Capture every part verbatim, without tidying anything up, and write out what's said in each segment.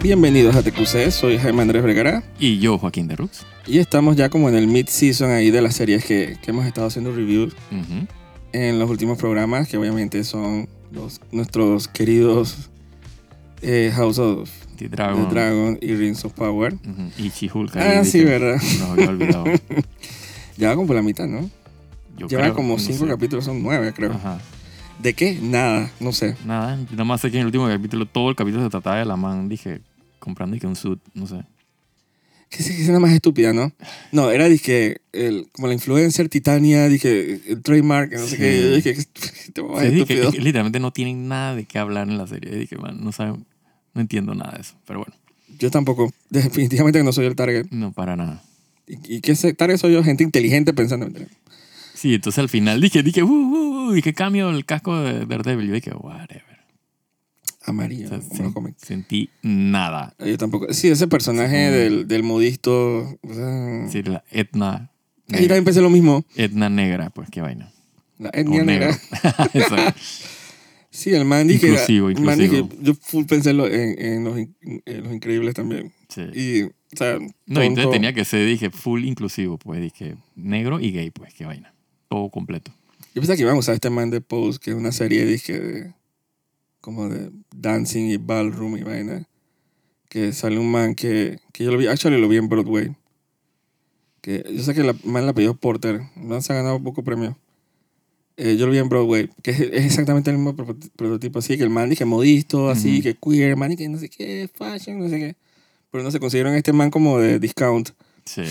Bienvenidos a T Q C, soy Jaime Andrés Vergara. Y yo, Joaquín de Rux. Y estamos ya como en el mid-season ahí de las series que, que hemos estado haciendo reviews Uh-huh. en los últimos programas, que obviamente son los, nuestros queridos eh, House of The Dragon. the Dragon y Rings of Power. Uh-huh. Y She-Hulk. Ah, sí, verdad. Nos había olvidado. Ya va como por la mitad, ¿no? Yo Lleva creo, como no cinco sé. capítulos, son nueve, creo. Ajá. ¿De qué? Nada, no sé. Nada, yo nada más sé que en el último capítulo, todo el capítulo se trataba de la man, dije, comprando y que un suit, no sé. ¿Qué es escena más estúpida, no? No, era dije, el, como la influencer Titania, dije, el trademark, no sé Sí. qué. Yo dije, este más Sí, dije, estúpido. que literalmente no tienen nada de qué hablar en la serie. Dije, man, no saben, no entiendo nada de eso. Pero bueno, Yo tampoco. Definitivamente que no soy el target. no para nada. ¿Y, y qué ese target soy yo? Gente inteligente pensando. Sí, entonces al final dije, dije, uh, uh, uh, dije, cambio el casco de Daredevil. Yo dije, whatever. Amarillo, O sea, como sen- los cómics. sentí nada. Yo tampoco. Sí, ese personaje Sí, como- del, del modisto. O sea, Sí, la etna, ahí también pensé lo mismo. etna negra, pues qué vaina. La etnia O negro. negra. Exacto. Sí, el man dije. Inclusivo, el man dije, inclusivo. yo full pensé en, lo- en, en los, in- en los increíbles también. Sí. Y, o sea, No, y entonces tonto. tenía que ser, dije, full inclusivo, pues dije, negro y gay, pues qué vaina. Todo completo. Yo pensaba que iban a usar este man de Pose, que es una serie, dije, de, como de dancing y ballroom y vaina. Que sale un man que, que yo lo vi, actually lo vi en Broadway. Que yo sé que la man la pidió Porter, no se ha ganado poco premio. Eh, yo lo vi en Broadway, que es, es exactamente el mismo pro- prototipo, así que el man dije modisto, así Ujú. que queer, man y que no sé qué, fashion, no sé qué. Pero no se consiguieron este man como de discount. Sí.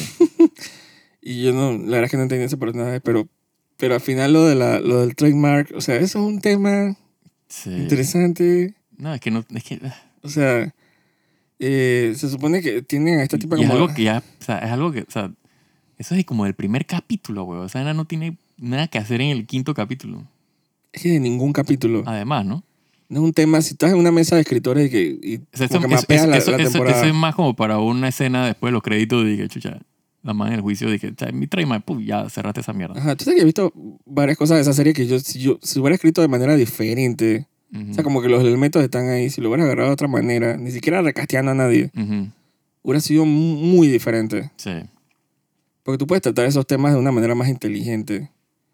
Y yo no, la verdad es que no entendí ese personaje, pero, pero al final lo, de la, lo del trademark, o sea, eso es un tema Sí. interesante. No, es que no, es que... O sea, eh, se supone que tienen a esta Y, tipa y es como... algo que ya, o sea, es algo que, o sea, eso es como el primer capítulo, güey. O sea, ella no tiene nada que hacer en el quinto capítulo. Es que de ningún capítulo. Además, ¿no? No es un tema, si estás en una mesa de escritores y, que, y O sea, como eso, que eso, mapeas eso, la, eso, la eso- temporada. eso es más como para una escena después de los créditos. Dije, chucha, la man en el juicio, dije, "Cha, mi trademark, puf, ya cerraste esa mierda. Ajá, tú sabes que he visto varias cosas de esa serie que yo, si yo si hubiera escrito de manera diferente, Ujú. o sea, como que los elementos están ahí, si lo hubiera agarrado de otra manera, ni siquiera recasteando a nadie, Ujú. hubiera sido mu- muy diferente. Sí. Porque tú puedes tratar esos temas de una manera más inteligente.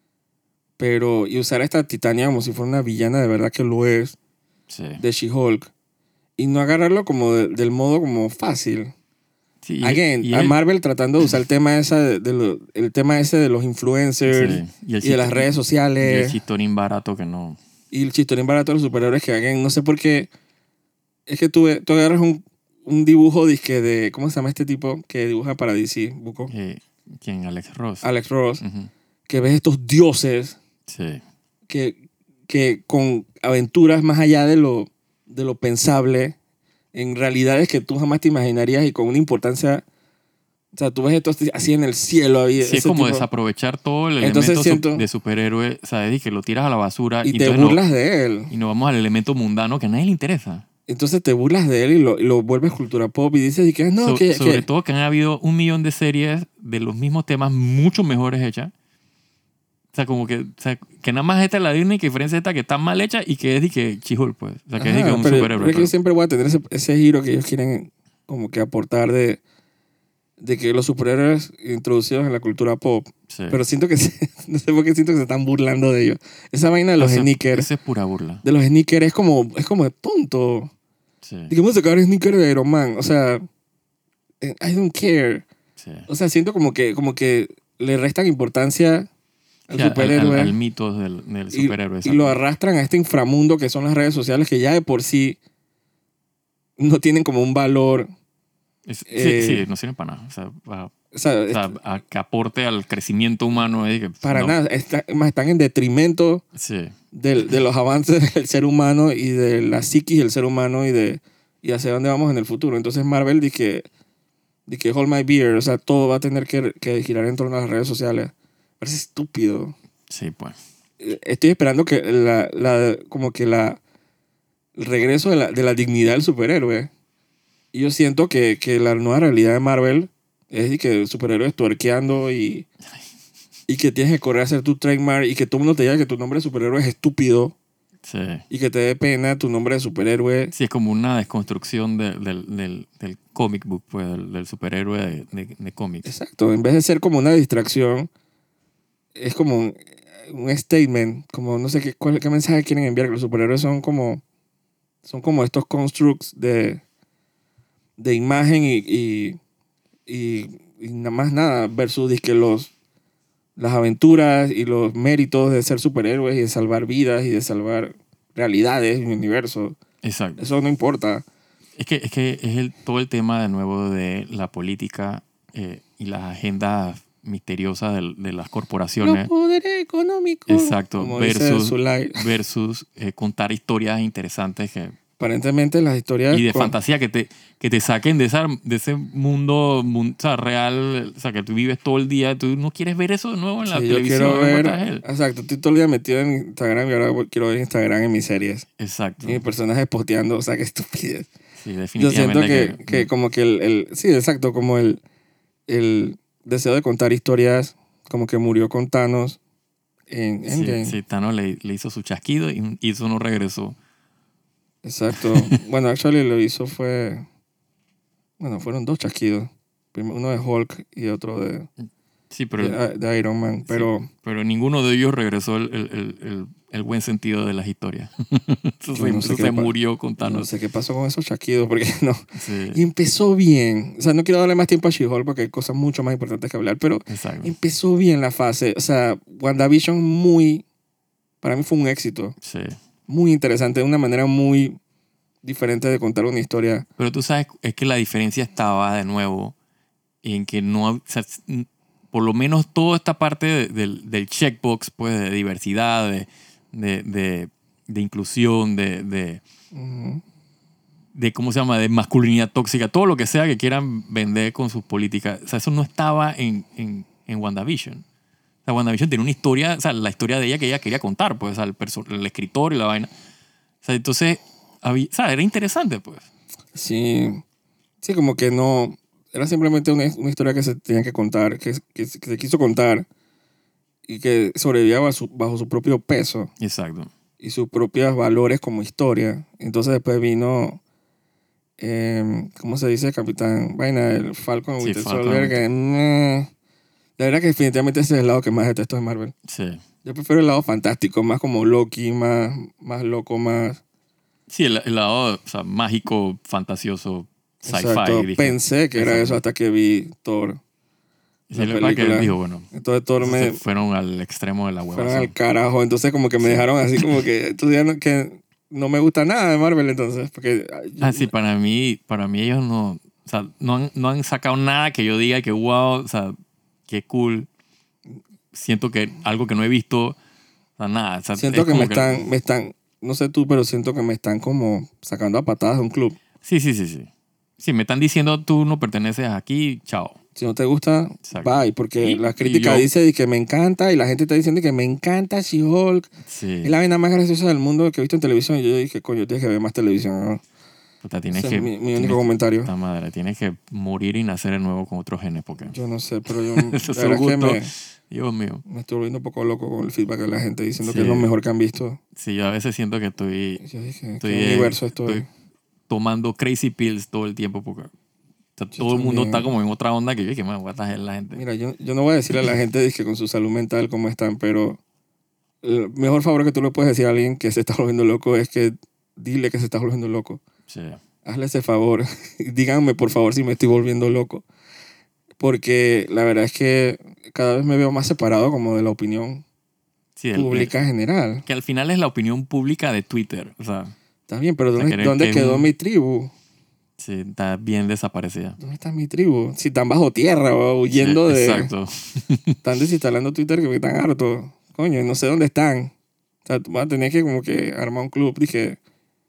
Pero, y usar a esta Titania como si fuera una villana de verdad que lo es, Sí. de She-Hulk, y no agarrarlo como de- del modo como fácil. Sí, y- Again, y a él- Marvel tratando de usar el tema, esa de, de lo- el tema ese de los influencers sí, y, el y de las chist- redes y el sociales chistorín barato que no. y el chistorín barato de los superhéroes que, again, no sé por qué, es que tú, tú agarras un, un dibujo disque de, ¿cómo se llama este tipo que dibuja para D C? Buco? Eh, ¿Quién? Alex Ross. Alex Ross, Ujú. que ves estos dioses Sí. que, que con aventuras más allá de lo, de lo pensable, en realidades que tú jamás te imaginarías y con una importancia. O sea, tú ves esto así en el cielo. Ahí, Sí, es ese como tipo- desaprovechar todo el Entonces elemento su- siento- de superhéroe, ¿sabes? Y que lo tiras a la basura y y, te entonces no- burlas de él. y nos vamos al elemento mundano que a nadie le interesa. Entonces te burlas de él y lo, y lo vuelves cultura pop y dices y que no, So- que, sobre que- todo que han habido un millón de series de los mismos temas mucho mejores hechas. O sea, como que, o sea, que nada más esta es la Disney, que diferencia esta que está mal hecha y que es de que She-Hulk, pues. O sea, que es de que Ajá, un pero, superhéroe. pero es que pero- yo siempre voy a tener ese, ese giro que ellos quieren como que aportar de, de que los superhéroes introducidos en la cultura pop. sí. Pero siento que se- no sé por qué siento que se están burlando de ellos. Esa vaina de los Eso- sneakers, Eso es pura burla. de los sneakers es como, es como tonto. Sí, Digamos sacar sneakers de Iron Man. O sea, eh, I don't care. sí. O sea, siento como que, como que le restan importancia al Sí, al, superhéroe al- al mito del, del y, superhéroe. y exacto. lo arrastran a este inframundo que son las redes sociales que ya de por sí no tienen como un valor. Es- sí, eh, sí, no sirve para nada. O sea, a- O sea, o sea, a- que aporte al crecimiento humano. Es que, para no. nada. Está- más están en detrimento Sí, del- de los avances del ser humano y de la psiquis del ser humano y de y hacia dónde vamos en el futuro. Entonces Marvel dice que, dice que hold my beer. O sea, todo va a tener que, que girar en torno a las redes sociales. Parece estúpido. sí, pues. Estoy esperando que la, la como que la el regreso de la, de la dignidad del superhéroe. Y yo siento que, que la nueva realidad de Marvel es de que el superhéroe es tuerqueando y, y que tienes que correr a hacer tu trademark y que todo el mundo te diga que tu nombre de superhéroe es estúpido. Sí. Y que te dé pena tu nombre de superhéroe. Sí, es como una desconstrucción de- del, del, del comic book, pues, del, del superhéroe de, de, de cómics. Exacto. En vez de ser como una distracción, es como un, un statement, como no sé qué, cuál, qué mensaje quieren enviar. Que los superhéroes son como, son como estos constructs de, de imagen y, y, y, y nada más nada, versus dizque los, las aventuras y los méritos de ser superhéroes y de salvar vidas y de salvar realidades y universos. Exacto. Eso no importa. Es que es, que es el, todo el tema de nuevo de la política eh, y las agendas misteriosas de, de las corporaciones. Los poderes económicos. Exacto. Como dice Versus, Zulay. versus eh, contar historias interesantes que, Aparentemente las historias... y de con- fantasía que te, que te saquen de, esa, de ese mundo mun- o sea, real, o sea, que tú vives todo el día, tú no quieres ver eso de nuevo en la Sí, yo televisión. quiero ¿no? ver... What the hell? Exacto, estoy todo el día metido en Instagram y ahora quiero ver Instagram en mis series. Exacto. Y mis personajes posteando, o sea, qué estupidez. Sí, Yo definitivamente. siento que, que como que el, el... Sí, exacto, como el, el deseo de contar historias como que murió con Thanos en Sí, Endgame. sí, Thanos le, le hizo su chasquido y, y eso no regresó. Exacto. Bueno, actually lo hizo fue... Bueno, fueron dos chasquidos. Prim- Uno de Hulk y otro de, Sí, pero, de, de Iron Man. Pero sí, pero ninguno de ellos regresó el, el, el, el, el buen sentido de las historias. Eso, Yo se, no sé eso qué se pa- murió con no Thanos. sé qué pasó con esos chasquidos, porque no. Sí, Y empezó bien. O sea, no quiero darle más tiempo a She-Hulk porque hay cosas mucho más importantes que hablar, pero exacto. empezó bien la fase. O sea, WandaVision muy... Para mí fue un éxito. Sí. Muy interesante, de una manera muy diferente de contar una historia. Pero tú sabes, es que la diferencia estaba de nuevo en que no, o sea, por lo menos toda esta parte de- del, del checkbox, pues, de diversidad, de, de, de, de inclusión, de, de, Ujú. de, ¿cómo se llama?, de masculinidad tóxica, todo lo que sea que quieran vender con sus políticas. O sea, eso no estaba en, en, en WandaVision. O sea, WandaVision tenía una historia, o sea, la historia de ella que ella quería contar, pues, o sea, el, perso- el escritor y la vaina. O sea, entonces, había, o sea, era interesante, pues. Sí, sí, como que no... Era simplemente una, una historia que se tenía que contar, que, que, que se quiso contar y que sobrevivía bajo su, bajo su propio peso Exacto. y sus propios valores como historia. Entonces después vino, eh, ¿cómo se dice? Capitán Vaina, el Falcon Sí, Winter Falcon Soldier, Winter- que meh. La verdad que definitivamente ese es el lado que más detesto de Marvel. Sí. Yo prefiero el lado fantástico, más como Loki, más, más loco, más... Sí, el, el lado, o sea, mágico, fantasioso, Exacto. sci-fi. dije. Pensé que era Exacto. eso hasta que vi Thor. Sí, La lo que pasa es que película. dijo, bueno, Entonces Thor se me... fueron al extremo de la fueron hueva. al carajo. Entonces como que me Sí. dejaron así como que... Entonces ya no, que no me gusta nada de Marvel entonces. Porque... ay, yo- Ah, sí, para mí, para mí ellos no, o sea, no han, no han sacado nada que yo diga que wow, o sea, qué cool. Siento que algo que no he visto, o sea, nada. O sea, Siento es que me como están, me están, no sé tú, pero siento que me están como sacando a patadas de un club. Sí, sí, sí, sí. Sí, me están diciendo tú no perteneces aquí, chao. Si no te gusta, Exacto. bye. Porque Y- la y crítica yo- dice que me encanta y la gente está diciendo que me encanta She-Hulk. Sí. Es la vaina más graciosa del mundo que he visto en televisión. Y yo dije, coño, tienes que ver más televisión, ¿no? Puta, tienes Ese que, es mi, mi tienes único que- comentario. puta madre, tienes que morir y nacer de nuevo con otros genes porque Yo no sé, pero yo, Eso es la verdad un es que gusto. me, Dios mío. me estoy volviendo un poco loco con el feedback de la gente diciendo Sí. que es lo mejor que han visto. Sí, yo a veces siento que estoy, Y yo dije, Estoy, ¿qué eh, universo estoy? estoy tomando crazy pills todo el tiempo porque o sea, Yo todo el mundo también. está como en otra onda que yo que man, what the hell, la gente. Mira, yo, yo no voy a decirle a la gente dizque, con su salud mental cómo están, pero el mejor favor que tú le puedes decir a alguien que se está volviendo loco es que dile que se está volviendo loco. Sí. Hazle ese favor. Díganme, por favor, si me estoy volviendo loco. Porque la verdad es que cada vez me veo más separado como de la opinión Sí, el- pública el- general. que al final es la opinión pública de Twitter. O sea, Está bien, pero sea, ¿dónde, que- ¿dónde que quedó un- mi tribu? sí, está bien desaparecida. ¿Dónde está mi tribu? Si están bajo tierra o huyendo Sí, de... Exacto. Están desinstalando Twitter que están hartos. Coño, no sé dónde están. O sea, vas a tener que como que armar un club. Dije,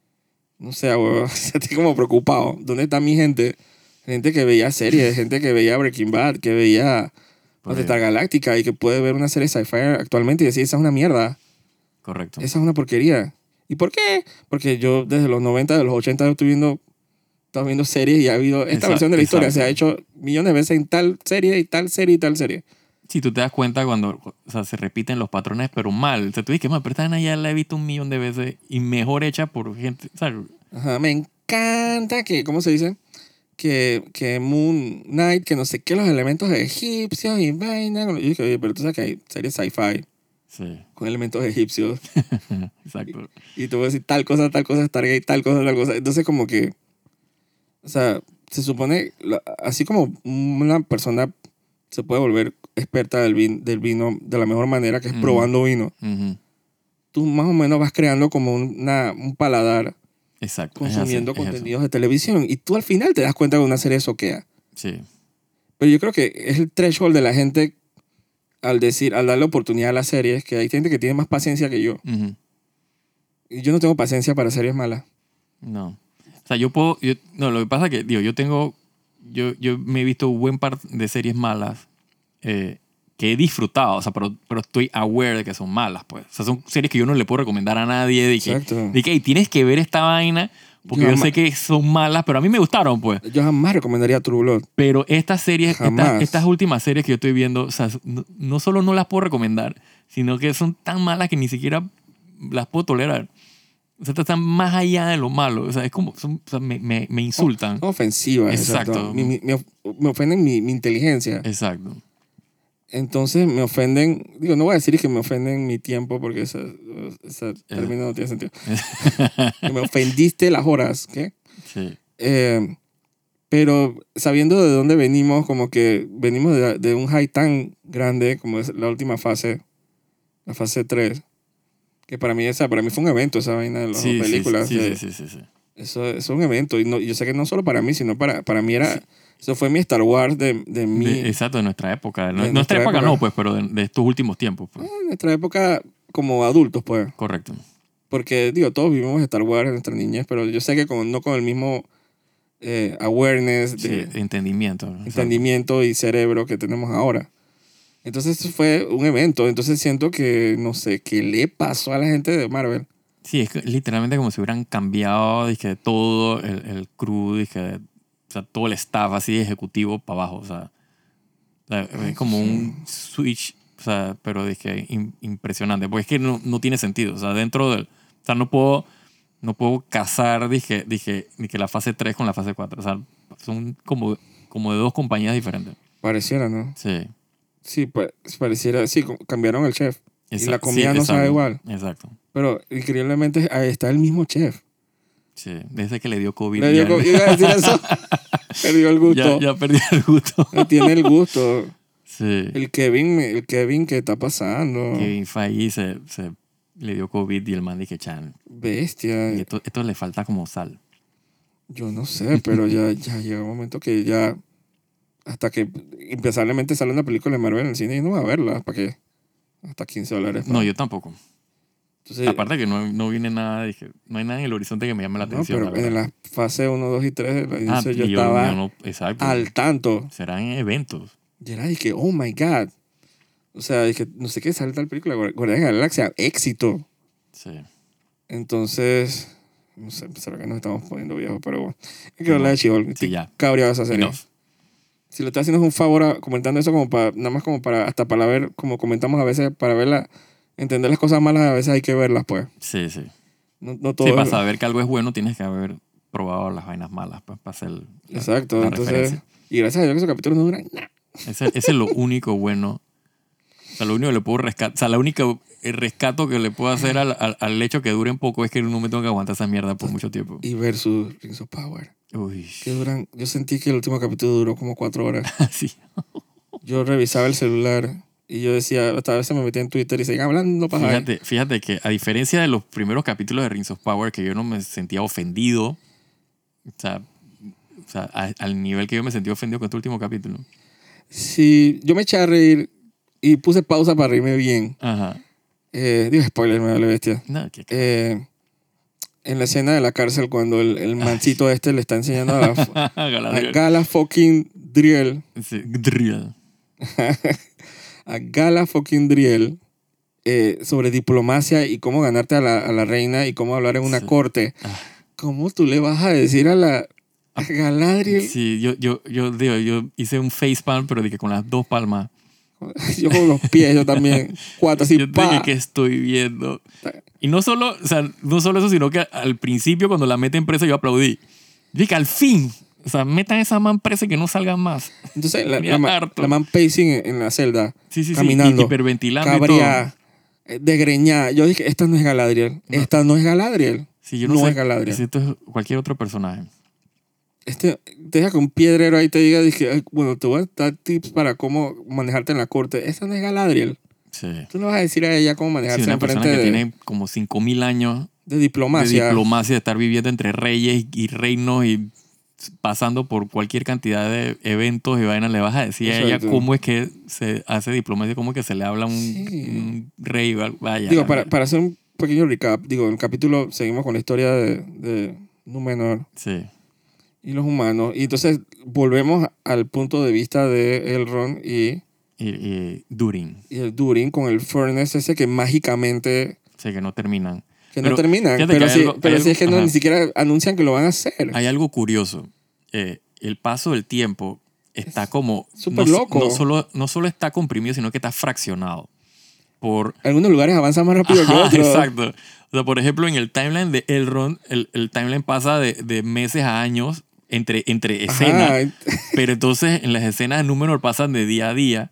no sé, güey, estoy como preocupado. ¿Dónde está mi gente? Gente que veía series, gente que veía Breaking Bad, que veía Por Battlestar Galáctica y que puede ver una serie sci-fi actualmente y decir, esa es una mierda. Correcto. Esa es una porquería. ¿Y por qué? Porque yo desde los noventa, de los ochenta, estoy viendo, estoy viendo series y ha habido esta Exacto, versión de la historia. exacto. Se ha hecho millones de veces en tal serie y tal serie y tal serie. Sí, tú te das cuenta cuando o sea, se repiten los patrones, pero mal. O sea, tú dices que, "Man, pero esta vaina ya la he visto un millón de veces y mejor hecha por gente, o sea, Ajá, me encanta que, ¿cómo se dice? Que, que Moon Knight, que no sé qué, los elementos egipcios y vaina. Yo dije, oye, pero tú sabes que hay series sci-fi sí, con elementos egipcios. exacto. Y te voy a decir tal cosa, tal cosa, Stargate, tal cosa, tal cosa. Entonces, como que, o sea, se supone, la- así como una persona se puede volver experta del vino, del vino de la mejor manera, que es Ujú. probando vino, Ujú. tú más o menos vas creando como una, un paladar Exacto, es así, consumiendo es eso. contenidos de televisión. Y tú al final te das cuenta que una serie soquea. Sí, Pero yo creo que es el threshold de la gente al decir, al darle oportunidad a las series, que hay gente que tiene más paciencia que yo. ujú. Y yo no tengo paciencia para series malas. No. O sea, yo puedo, yo- no, lo que pasa es que, digo, yo tengo, yo, yo me he visto buen par de series malas eh, que he disfrutado, o sea, pero, pero estoy aware de que son malas, pues. O sea, son series que yo no le puedo recomendar a nadie, de que, Exacto. de que "Ey, tienes que ver esta vaina, porque Yo yo, jamás, sé que son malas, pero a mí me gustaron, pues. yo jamás recomendaría True Blood. Pero estas series, estas, Jamás. estas últimas series que yo estoy viendo, o sea, no, no solo no las puedo recomendar, sino que son tan malas que ni siquiera las puedo tolerar. O sea, están más allá de lo malo. O sea, es como, son- o sea, me, me, me insultan. Son ofensivas, exacto. Exacto. Mi- mi- me, of- me ofenden mi, mi inteligencia. Exacto. Entonces me ofenden, digo, no voy a decir que me ofenden mi tiempo porque ese, ese Eh. término no tiene sentido. Que me ofendiste las horas, ¿qué? Sí. Eh, pero sabiendo de dónde venimos, como que venimos de, de un high tan grande como es la última fase, la fase tres, que para mí, esa, para mí fue un evento esa vaina de las Sí, sí, sí, películas. sí, de- sí, sí, sí. Eso, eso es un evento. Y no, yo sé que no solo para mí, sino para, para mí era... Sí. Eso fue mi Star Wars de, de mi... De- exacto, de nuestra época. De de nuestra, nuestra época, época. no, pues, pero de, de estos últimos tiempos, pues. En nuestra época como adultos, pues. Correcto. Porque, digo, todos vivimos Star Wars en nuestra niñez, pero yo sé que con, no con el mismo eh, awareness Sí, de entendimiento. Exacto. entendimiento y cerebro que tenemos ahora. Entonces eso fue un evento. Entonces siento que, no sé, ¿qué le pasó a la gente de Marvel? Sí, es que literalmente como si hubieran cambiado dizque, todo el, el crew, dizque, o sea, todo el staff así de ejecutivo para abajo. O sea, o sea, es como un switch, o sea, pero dizque, im- impresionante. Porque es que no, no tiene sentido. O sea, dentro del... O sea, no puedo, no puedo casar, dije, dije, dije, la fase tres con la fase cuatro. O sea, son como, como de dos compañías diferentes. Pareciera, ¿no? Sí. Sí, pa- pareciera, sí, como cambiaron el chef. Y Esa- la comida sí, no sabe exacto, igual. Exacto. Pero increíblemente ahí está el mismo chef. Sí, desde que le dio COVID. Le dio ya, co- iba a decir eso. Perdió el gusto. ya, ya perdió el gusto. No tiene el gusto. Sí. El Kevin, el Kevin, ¿qué está pasando? Kevin Feige se, se le dio COVID y el man dije, chan, Bestia. y esto, esto le falta como sal. Yo no sé, pero ya, ya llega un momento que ya... Hasta que impensablemente sale una película de Marvel en el cine y no va a verla. ¿Para qué? Hasta quince dólares. No, yo tampoco. Entonces, Aparte que no, no viene nada, dije, no hay nada en el horizonte que me llame la no, atención. pero la verdad. en la fase uno, dos y tres, Ah, yo y yo- estaba yo no- exacto. al tanto. Serán eventos. Y era dije, oh my God. O sea, dije, no sé qué sale tal película, Guar- Guardianes de la Galaxia, éxito. Sí. Entonces, no sé, será que nos estamos poniendo viejos, pero bueno. Hay que No. hablar de She-Hulk. Sí, Estoy ya. cabreado de esa serie. Enough. Si le estás haciendo un favor a- comentando eso como para, nada más como para, hasta para ver, como comentamos a veces, para verla, entender las cosas malas, a veces hay que verlas, pues. Sí, sí. No, no todo Sí, para es- saber que algo es bueno tienes que haber probado las vainas malas, pues, para hacer la, Exacto, la entonces, referencia. y gracias a Dios que esos capítulos no duran nada. Ese, ese es lo único bueno. O sea, lo único que le puedo rescatar. O sea, la única el rescato que le puedo hacer al, al, al hecho que duren poco es que no me tengo que aguantar esa mierda por mucho tiempo. Y versus Rings of Power. Uy. Que duran, yo sentí que el último capítulo duró como cuatro horas. Sí. Yo revisaba el celular y yo decía, hasta a veces me metía en Twitter y seguían hablando para Fíjate, fíjate que a diferencia de los primeros capítulos de Rings of Power, que yo no me sentía ofendido, o sea, o sea a- al nivel que yo me sentí ofendido con este último capítulo. Sí, yo me eché a reír y puse pausa para reírme bien. Ajá. Eh, digo, spoiler, me vale bestia. No, que, Eh, en la escena de la cárcel, cuando el, el mancito este le está enseñando a, la, a Galadriel. Gala fucking Driel, Sí, Drill. a Gala fucking Driel, eh, sobre diplomacia y cómo ganarte a la, a la reina y cómo hablar en una Sí. corte. Ah. ¿Cómo tú le vas a decir a la a Galadriel? Sí, yo, yo, yo, digo, yo hice un facepalm, pero dije con las dos palmas. Yo con los pies, yo también. Cuatro, así, Yo te pa. dije que estoy viendo. Y no solo, o sea, no solo eso, sino que al principio cuando la meten presa yo aplaudí. Yo dije, al fin. O sea, metan esa man presa y que no salgan más. Entonces, la, Tenía la, ma- harto. la man pacing en, en la celda, Sí, sí, sí. caminando, Y hiperventilando y todo. cabría, eh, desgreñada. Yo dije, esta no es Galadriel. No. Esta no es Galadriel. Sí, yo no, no sé es Galadriel. si esto es cualquier otro personaje. Este, deja que un piedrero ahí te diga, dije, "Ay, bueno, te voy a dar tips para cómo manejarte en la corte. Esta no es Galadriel. Sí. Tú no vas a decir a ella cómo Sí, manejarse una en persona frente que de, tiene como cinco mil años de de diplomacia. diplomacia, de estar viviendo entre reyes y reinos y pasando por cualquier cantidad de eventos y vainas, le vas a decir a ella Exacto. cómo es que se hace diplomacia, cómo es que se le habla a un, Sí. un rey. Vaya. Digo, para, para hacer un pequeño recap, digo, en el capítulo seguimos con la historia de, de Númenor Sí, y los humanos. Y entonces volvemos al punto de vista de Elrond y, y, y Durin. y el Durin con el Furnace ese que mágicamente... Sí, que no terminan. Que Pero no terminan. fíjate Pero, que hay sí, algo- pero hay sí es que algo- no, ajá. ni siquiera anuncian que lo van a hacer. Hay algo curioso. Eh, el paso del tiempo está como... súper no, loco. No solo, no solo está comprimido, sino que está fraccionado. Por... Algunos lugares avanzan más rápido que Ajá, otros. exacto. O sea, por ejemplo, en el timeline de Elrond, el, el timeline pasa de, de meses a años entre, entre escenas. Ajá. Pero entonces en las escenas de Númenor pasan de día a día.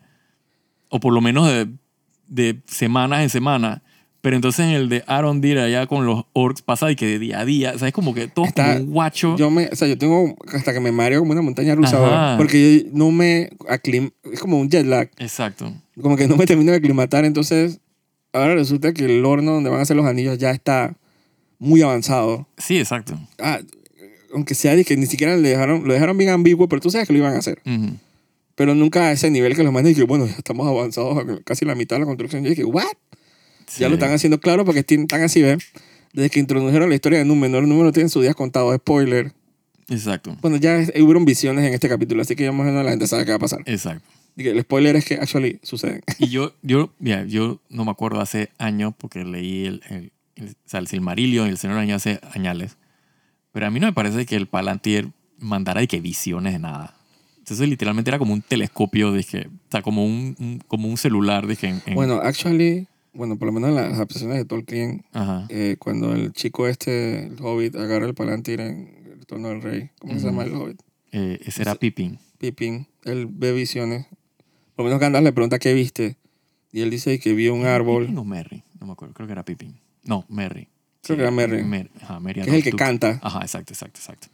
O por lo menos de, de semanas en semana. Pero entonces en el de Arondir, allá con los orcs, pasa de que de día a día. O sea, es como que todo es Está- como un guacho. Yo me, o sea, yo tengo hasta que me mareo como una montaña rusa Ajá. ahora, porque yo no me aclim, es como un jet lag, Exacto. como que no me termino de aclimatar, entonces ahora resulta que el horno donde van a hacer los anillos ya está muy avanzado. Sí, exacto. Ah, aunque sea de que ni siquiera le dejaron, lo dejaron bien ambiguo, pero tú sabes que lo iban a hacer. Ujú. Pero nunca a ese nivel que los mandan y que, bueno, ya estamos avanzados a casi la mitad de la construcción. Yo dije, ¿what? Sí. Ya lo están haciendo claro porque están así, ¿ves? Desde que introdujeron la historia de Númenor, Númenor tiene sus días contados, spoiler. Exacto. Bueno, ya es- hubieron visiones en este capítulo, así que ya más o menos la gente sabe qué va a pasar. Exacto. Y que el spoiler es que actually sucede. Y yo, yo, mira, yo no me acuerdo hace años porque leí el, el, el, o sea, el Silmarillion y el Señor de los Anillos hace añales. Pero a mí no me parece que el Palantir mandara de que visiones de nada. Entonces literalmente era como un telescopio, dije, o sea, como un, un- como un celular, dije. En, en- Bueno, actually, bueno, por lo menos en las adaptaciones de Tolkien, Ajá. eh, cuando el chico este, el Hobbit, agarra el Palantir en El Retorno del Rey, ¿cómo se Ujú. llama el Hobbit? Eh, ese era Pippin. Pippin, él ve visiones. Por lo menos Gandalf le pregunta qué viste. Y él dice que vio un árbol, ¿Pippin o Merry? No me acuerdo, creo que era Pippin. No, Merry. Creo que era Merry. Mer- ajá, Merry que es el que Duke. canta. Ajá, exacto, exacto, exacto.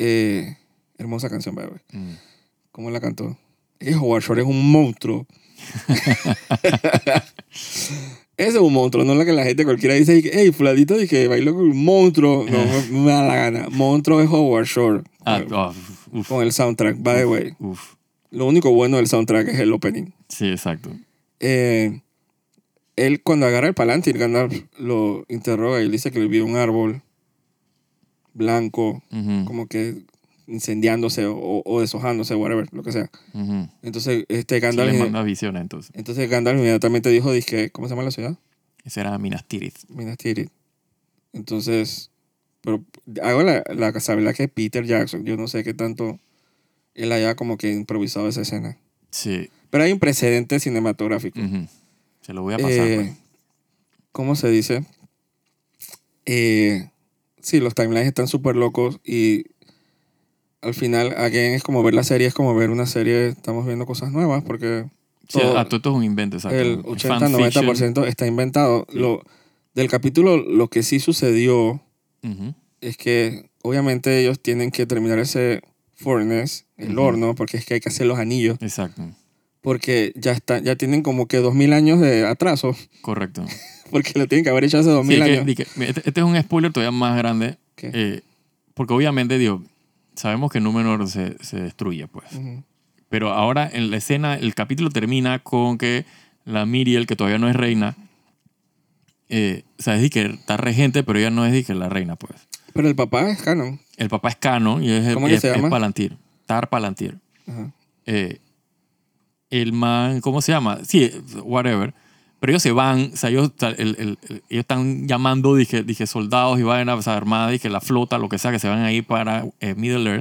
Eh, hermosa canción, by the way. Mm. ¿Cómo la cantó? Es que Howard Shore es un monstruo. Ese es un monstruo, no lo que la gente cualquiera dice, hey, fuladito, dije, bailó con un monstruo. No, me, me da la gana. Monstruo es Howard Shore. Ah, con, oh, uf, con el soundtrack, by the way. uf. Lo único bueno del soundtrack es el opening. Sí, exacto. Eh, él cuando agarra el Palantir, Gandalf lo interroga y le dice que le vio un árbol blanco, Ujú, como que incendiándose o, o deshojándose, whatever, lo que sea. ujú. Entonces, este Sí, Gandalf, le manda visiones entonces. entonces Gandalf inmediatamente dijo, dizque, ¿cómo se llama la ciudad? Ese era Minas Tirith. Minas Tirith. Entonces, pero hago la, la casabela que Peter Jackson, yo no sé qué tanto él haya como que improvisado esa escena. Sí. Pero hay un precedente cinematográfico. Ujú. Se lo voy a pasar. Eh, pues. ¿Cómo se dice? Eh, sí, los timelines están súper locos y al final, again, es como ver la serie, es como ver una serie, estamos viendo cosas nuevas porque Sí, todo- ah, todo esto es un invento, exacto. el Es ochenta noventa por ciento está inventado. Sí. Lo, del capítulo, lo que sí sucedió fanfiction. Ujú. es que obviamente ellos tienen que terminar ese furnace, el Ujú. horno, porque es que hay que hacer los anillos, Exacto. porque ya, está, ya tienen como que dos mil años de atraso, Correcto. porque lo tienen que haber hecho hace dos Sí, mil es que- años. di que- este, este es un spoiler todavía más grande. ¿Qué? eh, porque obviamente, digo, sabemos que Númenor se, se destruye, pues. Ujú. Pero ahora en la escena, el capítulo termina con que la Miriel, que todavía no es reina, eh, o sea, es de que está regente, pero ella no es de que la reina, pues. Pero el papá es canon. El papá es Cano y es, ¿Cómo que es, se es llama? Palantir. Tar Palantir. Ajá. Eh, el man, ¿cómo se llama? Sí, whatever. Pero ellos se van, o sea, ellos, o sea, el- el- el- ellos están llamando, dije, dije soldados y vaina, o sea, armada, dije la flota, lo que sea, que se van ahí para eh, Middle Earth.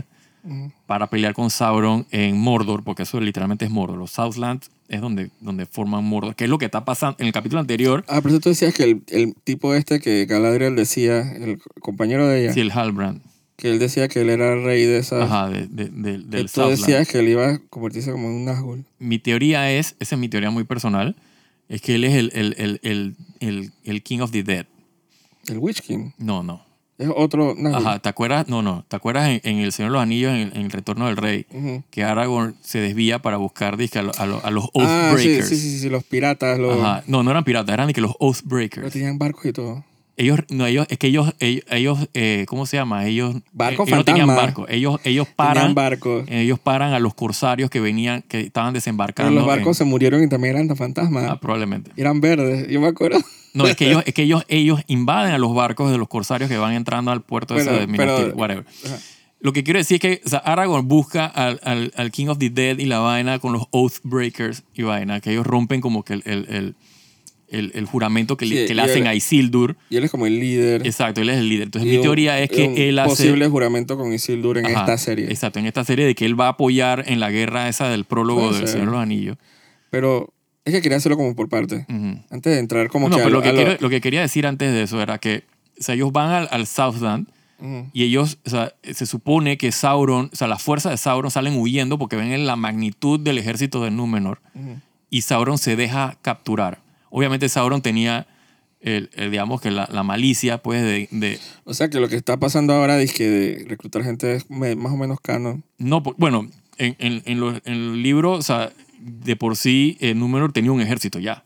Ujú. para pelear con Sauron en Mordor, porque eso literalmente es Mordor. Los Southlands es donde, donde forman Mordor, que es lo que está pasando en el capítulo anterior. Ah, pero tú decías que el, el tipo este que Galadriel decía, el compañero de ella, Sí, el Halbrand. que él decía que él era el rey de esas... Ajá, de, de- de- que del tú Southland. decías que él iba a convertirse como en un Nazgûl. Mi teoría es, esa es mi teoría muy personal, es que él es el, el, el, el, el, el King of the Dead. El Witch King. No, no. Es otro Nazgûl. Ajá, ¿te acuerdas? No, no. ¿Te acuerdas en, en El Señor de los Anillos, en, en El Retorno del Rey, Ujú. que Aragorn se desvía para buscar dizque, a, lo- a, lo- a los Ah, sí, Oathbreakers? sí, sí, sí, los piratas, los... Ajá. No, no eran piratas, eran de que los Pero Oathbreakers. tenían barcos y todo. Ellos, no, ellos, es que ellos, ellos, ellos, eh, ¿cómo se llama? Ellos, Barcos eh, ellos no tenían fantasma. barcos. Ellos, ellos Tenían paran, barcos. ellos paran a los corsarios que venían, que estaban Pero desembarcando. los barcos en- se murieron y también eran fantasmas. Ah, probablemente. Eran verdes, yo me acuerdo. No, es que ellos, es que ellos, ellos invaden a los barcos de los corsarios que van entrando al puerto ese Bueno, de Minas pero- Tirith, whatever. Ajá. Lo que quiero decir es que o sea, Aragorn busca al, al, al King of the Dead y la vaina con los Oathbreakers y vaina, que ellos rompen como que el, el, el, el, el juramento que, le- Sí, que le y hacen él- a Isildur. Y él es como el líder. Exacto, él es el líder. Entonces Y mi un- teoría es que un él hace... posible juramento con Isildur en Ajá, esta serie. Exacto, en esta serie de que él va a apoyar en la guerra esa del prólogo Puede del ser. Señor de los Anillos. Pero es que quería hacerlo como por parte. Ujú. Antes de entrar como No, que a pero lo- lo que, a lo- quiero- lo que quería decir antes de eso era que o sea, ellos van al, al Southland Ujú. y ellos, o sea, se supone que Sauron, o sea, las fuerzas de Sauron salen huyendo porque ven la magnitud del ejército de Númenor Ujú. y Sauron se deja capturar. Obviamente Sauron tenía, el, el, digamos que la, la malicia, pues, de, de O sea que lo que está pasando ahora es que de reclutar gente es me- más o menos canon. no, po- bueno, en, en, en, los- en el libro, o sea, de por sí, eh, Númenor tenía un ejército ya.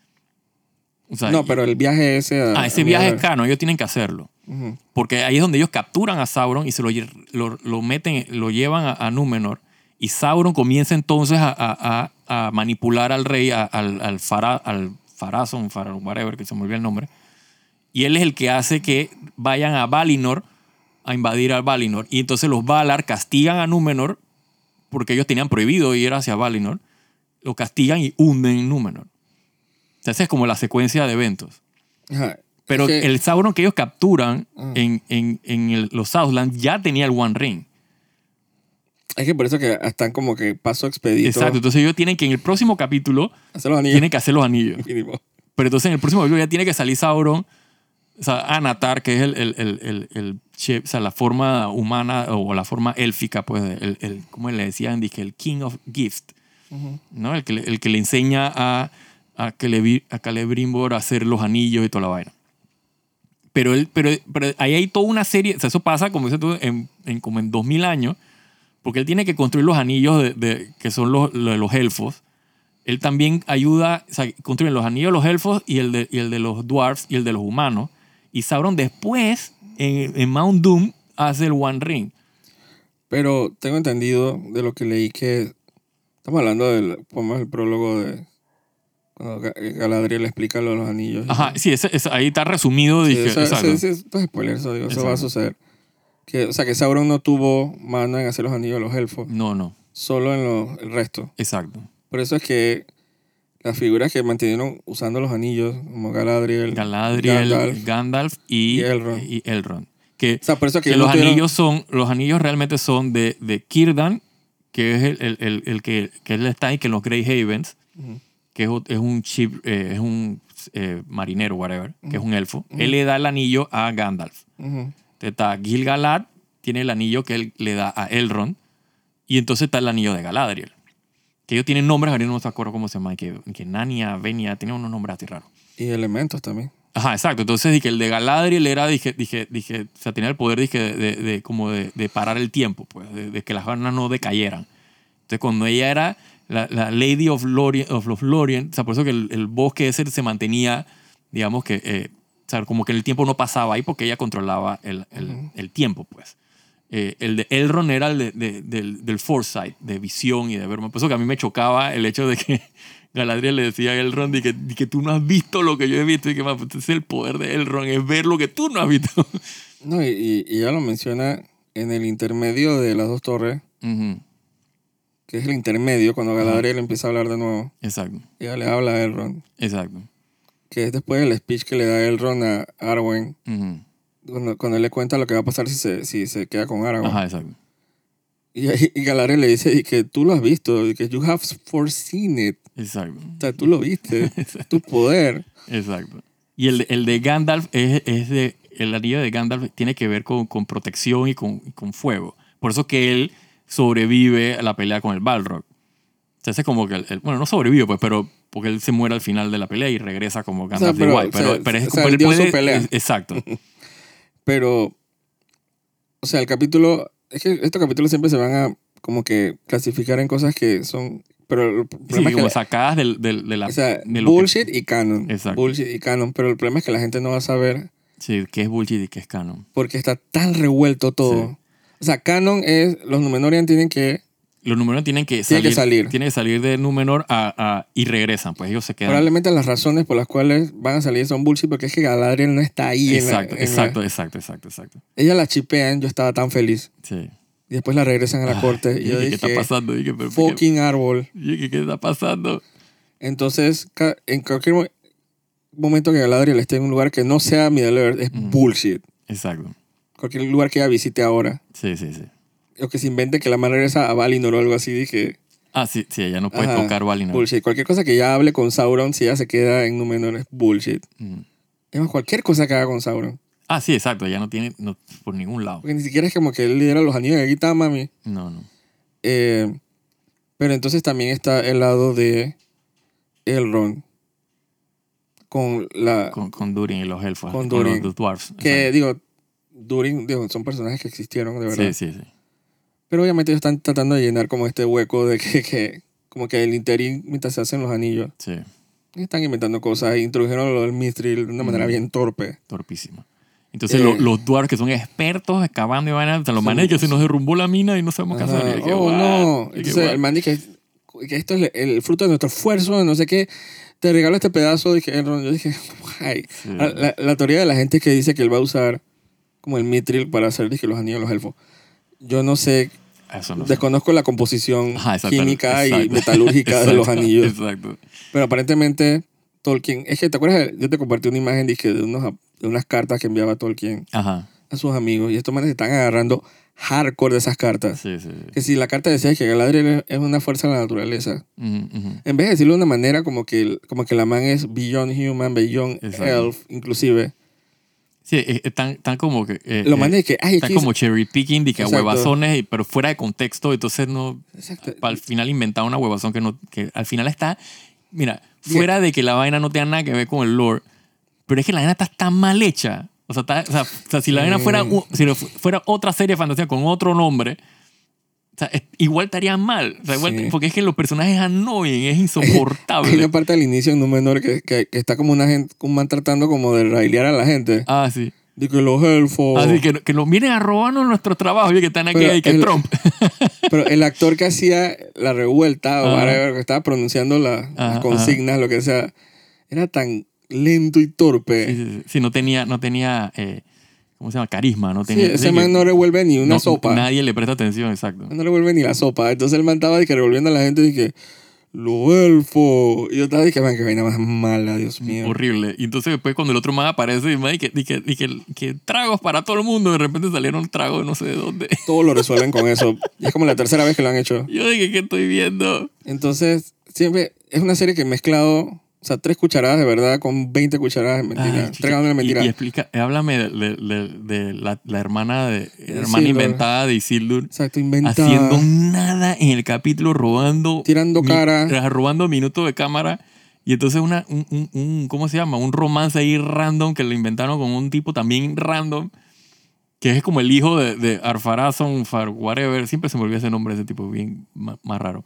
O sea, No, y- pero el viaje ese a... ah, ese a viaje es Mierda. canon, ellos tienen que hacerlo. Ujú. Porque ahí es donde ellos capturan a Sauron y se lo, lle- lo, lo meten, lo llevan a, a Númenor. Y Sauron comienza entonces a, a- a- a manipular al rey, a- al, al, Fara, al Farazón, Fara- whatever, que se me olvidó el nombre. Y él es el que hace que vayan a Valinor a invadir al Valinor. Y entonces los Valar castigan a Númenor porque ellos tenían prohibido ir hacia Valinor. Lo castigan y hunden Númenor. O sea, esa es como la secuencia de eventos. Ajá. Pero Es que- el Sauron que ellos capturan Ah. en, en, en el- los Southlands ya tenía el One Ring. Es que por eso que están como que paso expedito. Exacto. Entonces ellos tienen que en el próximo capítulo Hacer los anillos. tienen que hacer los anillos. Mínimo. Pero entonces en el próximo capítulo ya tiene que salir Sauron, o sea, Anatar, que es el, el, el, el, el chef, o sea, la forma humana o la forma élfica, pues, el, el, ¿cómo le decían? Dije, el King of Gift, Ujú. ¿no? El que, le- el que le enseña a, a, Celebi- a Celebrimbor a hacer los anillos y toda la vaina. Pero, él, pero, pero ahí hay toda una serie, o sea, eso pasa, como dices tú, en, en, como en dos mil años, porque él tiene que construir los anillos de, de- que son los, los de los elfos. Él también ayuda, o sea, construyen los anillos de los elfos y el de, y el de los dwarfs y el de los humanos. Y Sauron después, en, en Mount Doom, hace el One Ring. Pero tengo entendido de lo que leí que... Estamos hablando del ponemos el prólogo de... Cuando Ga- Galadriel explica lo de los anillos. Ajá, sí, ese- ese- ahí está resumido. Sí, dije, eso, exacto. ese- ese- esto es spoiler, eso, digo, eso va a Exacto. suceder. Que, o sea, que Sauron no tuvo mano en hacer los anillos de los elfos, No, no, solo en los, el resto. exacto. Por eso es que las figuras que mantuvieron usando los anillos, como Galadriel, Galadriel, Gandalf, Gandalf, y, y Elrond. y Elrond. Que, o sea, por eso es que, que no los tuvieron- anillos son, los anillos realmente son de, de Círdan, que es el, el, el, el que, que él está ahí, que en los Grey Havens, Ujú. que es, es un ship, eh, es un eh, marinero, whatever, que es un elfo. Ujú. Él le da el anillo a Gandalf. Ujú. Entonces está Gil-galad, tiene el anillo que él le da a Elrond, y entonces está el anillo de Galadriel. Que ellos tienen nombres, ahorita no me acuerdo cómo se llama, que, que Nania, Venia, tienen unos nombres así raros. Y elementos también. Ajá, exacto. Entonces dije, el de Galadriel era, dije, dije, dije, o sea, tenía el poder, dije, de, de, de- como de, de parar el tiempo, pues, de, de que las vanas no decayeran. Entonces cuando ella era la, la Lady of Lorien, of los Lorien, o sea, por eso que el, el bosque ese se mantenía, digamos que, eh, o sea, como que el tiempo no pasaba ahí porque ella controlaba el, el, Ujú. el tiempo, pues. Eh, el de Elrond era el de, de- del, del foresight, de visión y de ver. Por eso que a mí me chocaba el hecho de que Galadriel le decía a Elrond y que, y que tú no has visto lo que yo he visto y que más, pues, es el poder de Elrond, es ver lo que tú no has visto. No, y, y, y ella lo menciona en el intermedio de las dos torres, Ujú, que es el intermedio, cuando Galadriel empieza a hablar de nuevo. exacto, Ella le habla a Elrond, exacto. que es después del speech que le da Elrond a Arwen, Ujú, cuando, cuando él le cuenta lo que va a pasar si se, si se queda con Arwen. ajá, exacto. Y, y Galadriel le dice y que tú lo has visto, y que you have foreseen it. Exacto. O sea, tú lo viste, tu poder. Exacto. Y el, el de Gandalf es, es de... El anillo de Gandalf tiene que ver con, con protección y con, y con fuego. Por eso que él sobrevive a la pelea con el Balrog. O sea, ese es como que... El, el- bueno, no sobrevive, pues, pero porque él se muere al final de la pelea y regresa como Gandalf O sea, pero, de White. Pero, o sea, pero es o como sea, él él dio puede... su pelea. es- exacto. Pero, o sea, el capítulo... Es que estos capítulos siempre se van a como que clasificar en cosas que son... Pero el Sí, problema es que... como la- sacadas del, del, de la... o sea, de lo que- bullshit y canon. Exacto. Bullshit y canon. Pero el problema es que la gente no va a saber sí, qué es bullshit y qué es canon. porque está tan revuelto todo. Sí. O sea, canon es... Los Númenórean tienen que... Los Númenor tienen que Tiene salir, que salir. tienen que salir de Númenor a, a- y regresan. Pues ellos se quedan... Probablemente las razones por las cuales van a salir son bullshit porque es que Galadriel no está ahí. en la- Exacto, en la- exacto, exacto, exacto, exacto. Ella la chipean, yo estaba tan feliz. Sí. Y después la regresan a la Ay, corte. Y y yo dije, dije, ¿qué está pasando? Y dije, pero, fucking árbol. ¿qué, y dije, ¿qué está pasando? Entonces, ca- en cualquier mo- momento que Galadriel esté en un lugar que no sea Middle Earth, es Mm. bullshit. Exacto. Cualquier lugar que ella visite ahora. Sí, sí, sí. O que se invente que la madre regresa a Valinor o algo así, dije, Ah, sí, sí, ella no puede Ajá, tocar Valinor. bullshit. Cualquier cosa que ella hable con Sauron, si ella se queda en Númenor, es bullshit. Mm. Es más, cualquier cosa que haga con Sauron. Ah, sí, exacto. Ella no tiene no, por ningún lado. Porque ni siquiera es como que él lidera los anillos de Gita, mami. No, no. Eh, pero entonces también está el lado de Elrond. Con la... Con, con Durin y los elfos. Con Con, Durin. los dwarfs. que, Exacto. digo, Durin, digo, son personajes que existieron, de verdad. Sí, sí, sí. Pero obviamente ellos están tratando de llenar como este hueco de que, que como que el interín mientras se hacen los anillos. Sí, Y están inventando cosas. Introdujeron lo del Mithril de una manera Mm. bien torpe. torpísimo. Entonces Eh. lo- los dwarfs que son expertos excavando y van a... Los Son- manes que se nos derrumbó la mina y no sabemos qué Ajá. hacer. Y dije, Oh, "What?". no. Y dije, Entonces "What?". el man dice que, que esto es el fruto de nuestro esfuerzo, no sé qué. Te regalo este pedazo. Dije, Elrond. Yo dije, ay. Sí. La, la- la teoría de la gente que dice que él va a usar como el Mithril para hacer dije, los anillos de los elfos. Yo no sé, Eso no sé. desconozco la composición Ajá, exacto, química y exacto. metalúrgica de los Exacto, anillos. Exacto. Pero aparentemente Tolkien... Es que, ¿te acuerdas? Yo te compartí una imagen dije, de, unos, de unas cartas que enviaba Tolkien Ajá. a sus amigos. Y estos manes se están agarrando hardcore de esas cartas. Sí, sí. sí. Que si la carta decía que Galadriel es una fuerza de la naturaleza, Ujú, ujú. en vez de decirlo de una manera como que, como que la man es beyond human, beyond Exacto. elf, inclusive. Sí, es- están tan como que... eh, Lo eh, man de que, ay, Están aquí como cherry picking, de que a Exacto. huevazones, y- pero fuera de contexto. Entonces no... Exacto. Al final inventaron una huevazón que, no, que al final está... Mira, fuera de que la vaina no tenga nada que ver con el lore, pero es que la vaina está tan mal hecha. O sea, está- o sea, o sea, si la vaina fuera, un- si lo fu- fuera otra serie de fantasía con otro nombre, o sea, es- igual estaría mal. O sea, igual- Sí. Porque es que los personajes annoying, es Hay insoportable. una parte al inicio en Númenor que, que, que está como una gente, un man tratando como de railear a la gente. ah, sí. De que los elfos... Así que, que nos vienen a robarnos nuestro trabajo. Oye, que están aquí Pero y que el- Trump. Pero el actor que hacía la revuelta, o Ajá. whatever, que estaba pronunciando la- Ajá, las consignas, lo que sea, era tan lento y torpe. Sí, sí, sí. Sí, no tenía, no tenía eh, ¿cómo se llama? Carisma. No Sí, tenía, ese sí, man que- no revuelve ni una no- sopa. Nadie le presta atención, exacto. No revuelve ni la sopa. Entonces el man estaba de que revolviendo a la gente y que los elfos. Y yo estaba de que, man, que vaina más mala, Dios mío. Horrible. Y entonces después cuando el otro man aparece y, man, y que, y que, y que, que tragos para todo el mundo, de repente salieron tragos de no sé de dónde. Todo lo resuelven con eso. Y es como la tercera vez que lo han hecho. Yo dije, ¿qué estoy viendo? Entonces, siempre es una serie que he mezclado, o sea, tres cucharadas de verdad con veinte cucharadas de mentira. Ay, tres chica, gramos de y, mentira. y explica, háblame de, de, de, de la, la hermana de De hermana Isildur. inventada de Isildur. Exacto, inventada. Haciendo nada en el capítulo, robando... Tirando mi- cara. robando minutos de cámara. Y entonces una, un, un, un- ¿cómo se llama? Un romance ahí random que lo inventaron con un tipo también random, que es como el hijo de, de Arpharazon, Far whatever. Siempre se me olvida ese nombre de ese tipo, bien más, más raro.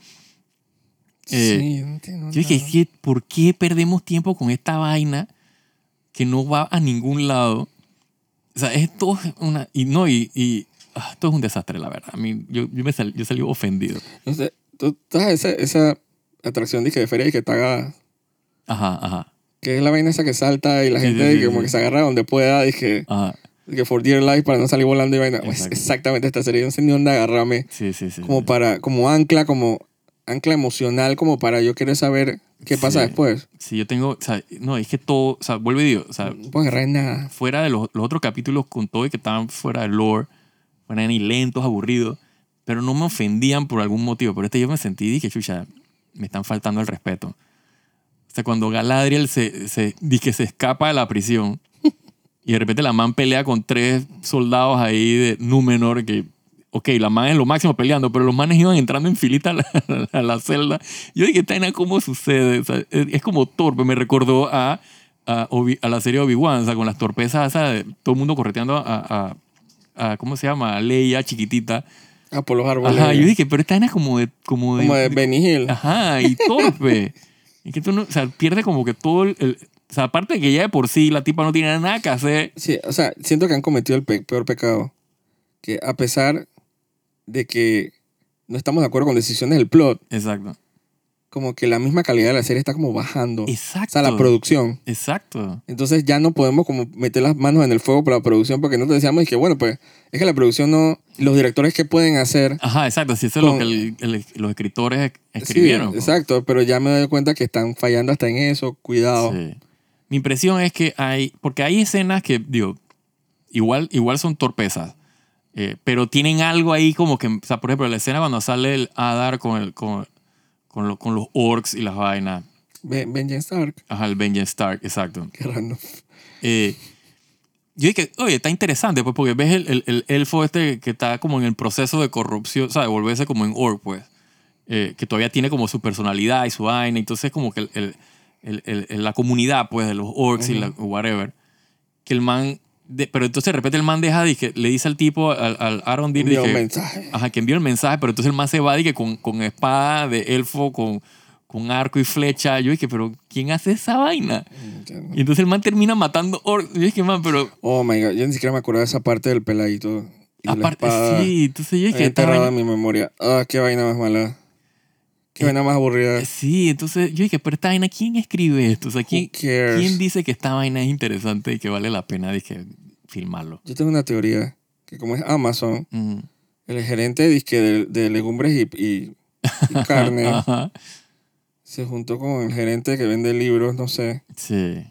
Eh, sí, no entiendo Yo dije, nada. ¿qué- ¿por qué perdemos tiempo con esta vaina que no va a ningún lado? O sea, esto es una... Y no, y... y ah, esto es un desastre, la verdad. A mí, yo, yo, me sal- yo salí ofendido. No sé, tú sabes esa, esa atracción de que de feria y que te haga, Ajá, ajá, que es la vaina esa que salta y la Sí, gente sí, de sí, que como sí. que se agarra donde pueda, dije, ajá. que for dear life para no salir volando y vaina. Pues Exacto. exactamente esta serie, yo no sé ni dónde agarrarme, Sí, sí, sí. como sí. para, como ancla, como ancla emocional, como para yo querer saber qué pasa Sí. después. Sí, yo tengo... O sea, no, es que todo... O sea, vuelve y digo, o sea, No puedo agarrar en nada. fuera de los, los otros capítulos con todo y que estaban fuera del lore, fueran ni lentos, aburridos, pero no me ofendían por algún motivo. Pero este yo me sentí y dije, chucha, me están faltando el respeto. O sea, cuando Galadriel se, se, que se escapa de la prisión y de repente la man pelea con tres soldados ahí de Númenor que, ok, la man es lo máximo peleando, pero los manes iban entrando en filita a la, a la celda. Yo dije, Taina, ¿cómo sucede? O sea, es, es como torpe. Me recordó a, a, Obi, a la serie Obi-Wan, o sea, con las torpezas, ¿sabes? Todo el mundo correteando a, a, a, ¿cómo se llama? A Leia, chiquitita. Ah, por los árboles. Ajá, yo dije, pero esta vaina es como de... Como de, como de Benny Hill. Ajá, y torpe. Y que tú no... O sea, pierde como que todo el, el... O sea, aparte de que ya de por sí la tipa no tiene nada que hacer. Sí, o sea, siento que han cometido el pe peor pecado. Que a pesar de que no estamos de acuerdo con decisiones del plot, Exacto. como que la misma calidad de la serie está como bajando. Exacto. O sea, la producción. Exacto. Entonces ya no podemos como meter las manos en el fuego por la producción porque no te decíamos y que bueno, pues es que la producción no... Los directores que pueden hacer... Ajá, exacto. Si eso con, es lo que el, el, los escritores escribieron. Sí, exacto. Pero ya me doy cuenta que están fallando hasta en eso. Cuidado. Sí. Mi impresión es que hay... Porque hay escenas que, digo, igual, igual son torpezas. Eh, pero tienen algo ahí como que... O sea, por ejemplo, la escena cuando sale el Adar con, el, con, con, lo, con los orcs y las vainas. Ben, Benjen Stark. Ajá, el Benjen Stark, exacto. Qué raro. Eh, yo dije, oye, está interesante, pues, porque ves el, el, el elfo este que está como en el proceso de corrupción, o sea, de volverse como en orc, pues. Eh, que todavía tiene como su personalidad y su vaina. Entonces, como que el, el, el, el, la comunidad, pues, de los orcs uh-huh. y la, whatever. Que el man... De, pero entonces de repente el man deja, dije, le dice al tipo, al, al Arondir, envió dije, un mensaje. Ajá, que envió el mensaje, pero entonces el man se va, dije, con, con espada de elfo, con, con arco y flecha. Yo dije, pero ¿quién hace esa vaina? Entiendo. Y entonces el man termina matando orcos. Yo dije, man, pero... Oh, my God. Yo ni siquiera me acordaba de esa parte del peladito. Y aparte, la espada, sí. Entonces yo dije... enterrado en mi memoria. Ah, qué vaina más mala. Qué vaina más aburrida. Sí, entonces yo dije, pero esta vaina, ¿quién escribe esto? O sea, ¿quién, ¿quién dice que esta vaina es interesante y que vale la pena? Dije... filmarlo. Yo tengo una teoría que como es Amazon, uh-huh. el gerente disque de, de legumbres y, y, y carne uh-huh. se juntó con el gerente que vende libros, no sé. Sí.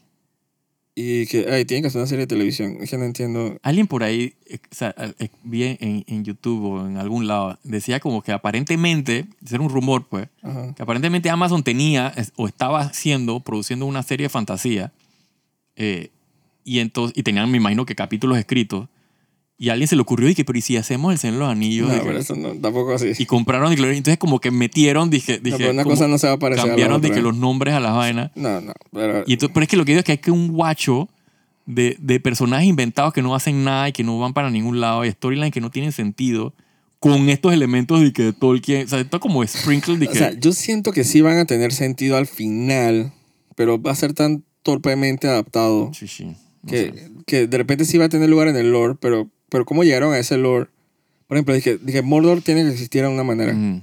Y que, ay, tienen que hacer una serie de televisión. Es que no entiendo. Alguien por ahí, o sea, vi en, en YouTube o en algún lado, decía como que aparentemente, era un rumor pues, uh-huh. que aparentemente Amazon tenía o estaba haciendo, produciendo una serie de fantasía eh, Y, entonces, y tenían, me imagino, que capítulos escritos. Y a alguien se le ocurrió, y que, pero ¿y si hacemos el Señor de los Anillos? No, que, pero eso no, tampoco así. Y compraron, y entonces como que metieron, dije, dije no, pero una cosa no se va a parecer cambiaron, a la otra. dije, los nombres a las vainas. No, no, pero... Y entonces, pero es que lo que digo es que hay que un guacho de, de personajes inventados que no hacen nada y que no van para ningún lado, y storylines que no tienen sentido, con estos elementos de que de Tolkien, o sea, esto como sprinkle de que... O sea, yo siento que sí van a tener sentido al final, pero va a ser tan torpemente adaptado. Sí, sí. No que, sé. que de repente sí va a tener lugar en el lore, pero, pero ¿cómo llegaron a ese lore? Por ejemplo, dije, dije Mordor tiene que existir de alguna manera. Mm.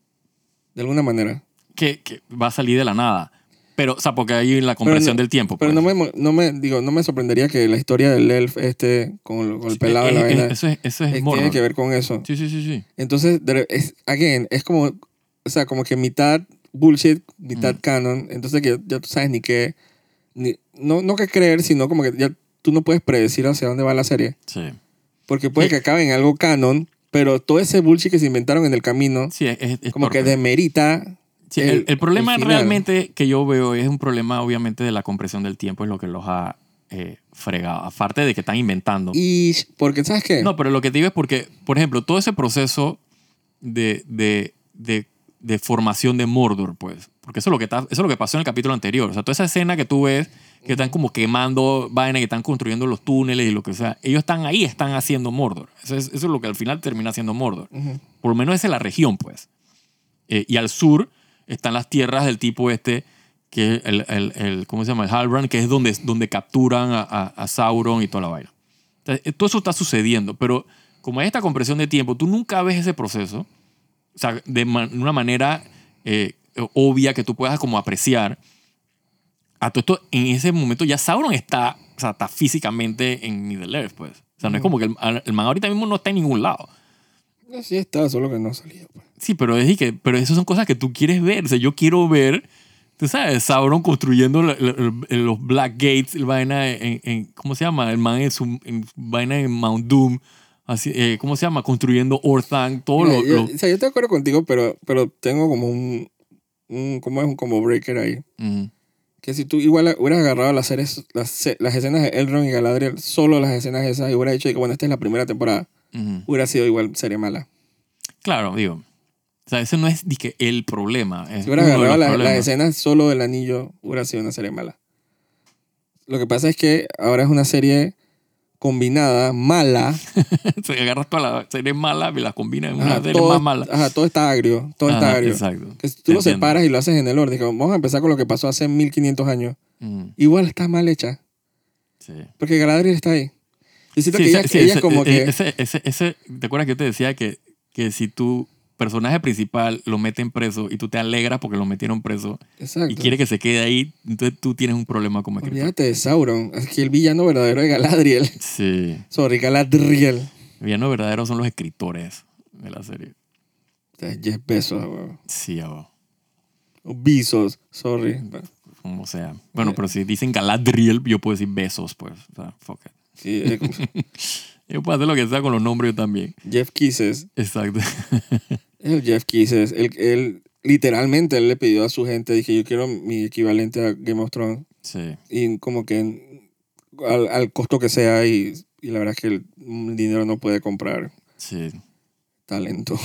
De alguna manera. Que, que va a salir de la nada. Pero, o sea, porque hay la compresión no, del tiempo. Pero pues. no, me, no, me, digo, no me sorprendería que la historia del elf este, con, con el pelado de la vaina, eso es, eso es, es tiene que ver con eso. Sí, sí, sí, sí. Entonces, es, again, es como, o sea, como que mitad bullshit, mitad mm. canon. Entonces, que ya tú sabes ni qué... Ni, no, no que creer, sino como que ya tú no puedes predecir hacia dónde va la serie. Sí. Porque puede sí. que acabe en algo canon, pero todo ese bullshit que se inventaron en el camino, sí, es, es como torpe. que demerita. Sí, el, el, el problema el realmente que yo veo es un problema, obviamente, de la compresión del tiempo, es lo que los ha eh, fregado. Aparte de que están inventando. Y porque, ¿sabes qué? No, pero lo que te digo es porque, por ejemplo, todo ese proceso de, de, de, de formación de Mordor, pues. Porque eso es, lo que está, eso es lo que pasó en el capítulo anterior. O sea, toda esa escena que tú ves, que están como quemando vainas, que están construyendo los túneles y lo que sea. Ellos están ahí, están haciendo Mordor. Eso es, eso es lo que al final termina haciendo Mordor. Uh-huh. Por lo menos esa es la región, pues. Eh, y al sur están las tierras del tipo este, que es el, el, el ¿cómo se llama? El Halbrand, que es donde, donde capturan a, a, a Sauron y toda la vaina. Entonces, todo eso está sucediendo, pero como hay esta compresión de tiempo, tú nunca ves ese proceso, o sea, de man, una manera eh, obvia que tú puedas como apreciar. A todo esto, en ese momento ya Sauron está, o sea, está físicamente en Middle Earth, pues. O sea, no uh-huh. es como que el, el man ahorita mismo no está en ningún lado. Sí está, solo que no ha salido. Pues. Sí, pero es que, pero esas son cosas que tú quieres ver. O sea, yo quiero ver, tú sabes, Sauron construyendo la, la, la, los Black Gates, el vaina en, en, ¿cómo se llama? El man en su en vaina en Mount Doom, así, eh, ¿cómo se llama? Construyendo Orthanc, todo Mira, lo... yo, lo- o sea, yo estoy de acuerdo contigo, pero, pero tengo como un, un como es un combo breaker ahí. Ujú, Que si tú igual hubieras agarrado las series, las, se- las escenas de Elrond y Galadriel, solo las escenas esas, y hubieras dicho que bueno, esta es la primera temporada, ujú. hubiera sido igual serie mala. Claro, digo. O sea, ese no es dizque, el problema, es Si hubieras uno de agarrado los las, las problemas. escenas solo del anillo, hubiera sido una serie mala. Lo que pasa es que ahora es una serie combinada, mala. Se agarras toda la serie mala y las combinas en una Ajá, serie todo, más es- mala. ajá, todo está agrio, todo está Ajá, agrio. exacto. Que si tú Te lo entiendo. separas y lo haces en el orden, digo, vamos a empezar con lo que pasó hace mil quinientos años. Ujú, Igual está mal hecha, sí. porque Galadriel está ahí. Yo siento Sí, que ella, ese, sí, ella ese, como e- que... ese, ese, ese- ¿te acuerdas que yo te decía que, que si tu personaje principal lo meten preso y tú te alegras porque lo metieron preso y Exacto. quiere que se quede ahí, entonces tú tienes un problema como escritor. Olvídate de Sauron. Aquí el villano verdadero de Galadriel. Sí. Sorry, Galadriel. El villano verdadero son los escritores de la serie. O sea, Jeff Bezos, weón. Sí, abajo. O Bezos, sorry. Como sea. Bueno, pero si dicen Galadriel, yo puedo decir besos, pues. O sea, fuck it. Sí, eh, como Yo puedo hacer lo que sea con los nombres yo también. Jeff Kisses. Exacto. El Jeff Kisses. Él, él, literalmente, él le pidió a su gente, dije, yo quiero mi equivalente a Game of Thrones. Sí. Y como que al, al costo que sea, y, y la verdad es que el dinero no puede comprar Sí. talento.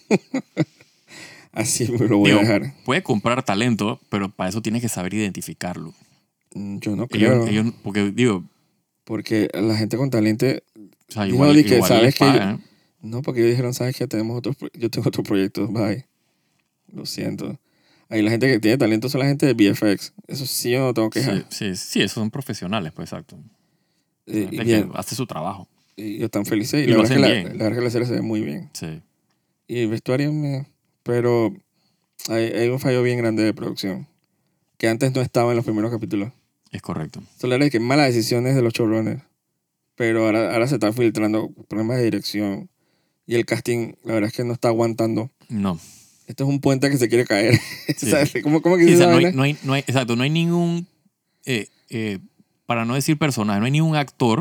Así me lo voy Digo, a dejar. puede comprar talento, pero para eso tienes que saber identificarlo. Mm, Yo no creo. Ellos, ellos, porque digo, Porque la gente con talento o sea, dijo, igual, di que, igual ¿sabes les qué? Yo- pagan. No, porque ellos dijeron, ¿sabes qué? Tenemos otros, pro- yo tengo otros proyectos, bye. Lo siento. Ahí la gente que tiene talento son la gente de V F X. Eso sí yo no tengo Sí, queja. sí, sí, esos son profesionales, pues exacto. Eh, y Gente bien, que hace su trabajo. y ellos están felices. Y, Y la, lo verdad es que hacen la, bien. la verdad es que la serie se ve muy bien. Sí, Y el vestuario, me... pero hay, hay un fallo bien grande de producción. Que antes no estaba en los primeros capítulos. es correcto. Solo era de que malas decisiones de los showrunners. Pero ahora, ahora se están filtrando problemas de dirección. Y el casting, la verdad es que no está aguantando. No. Esto es un puente que se quiere caer. Sí. ¿Sabes? ¿Cómo, cómo que Sí, o dice sea, esa no hay, vaina? no hay, no hay, exacto, no hay ningún, eh, eh, para no decir personaje, no hay ningún actor,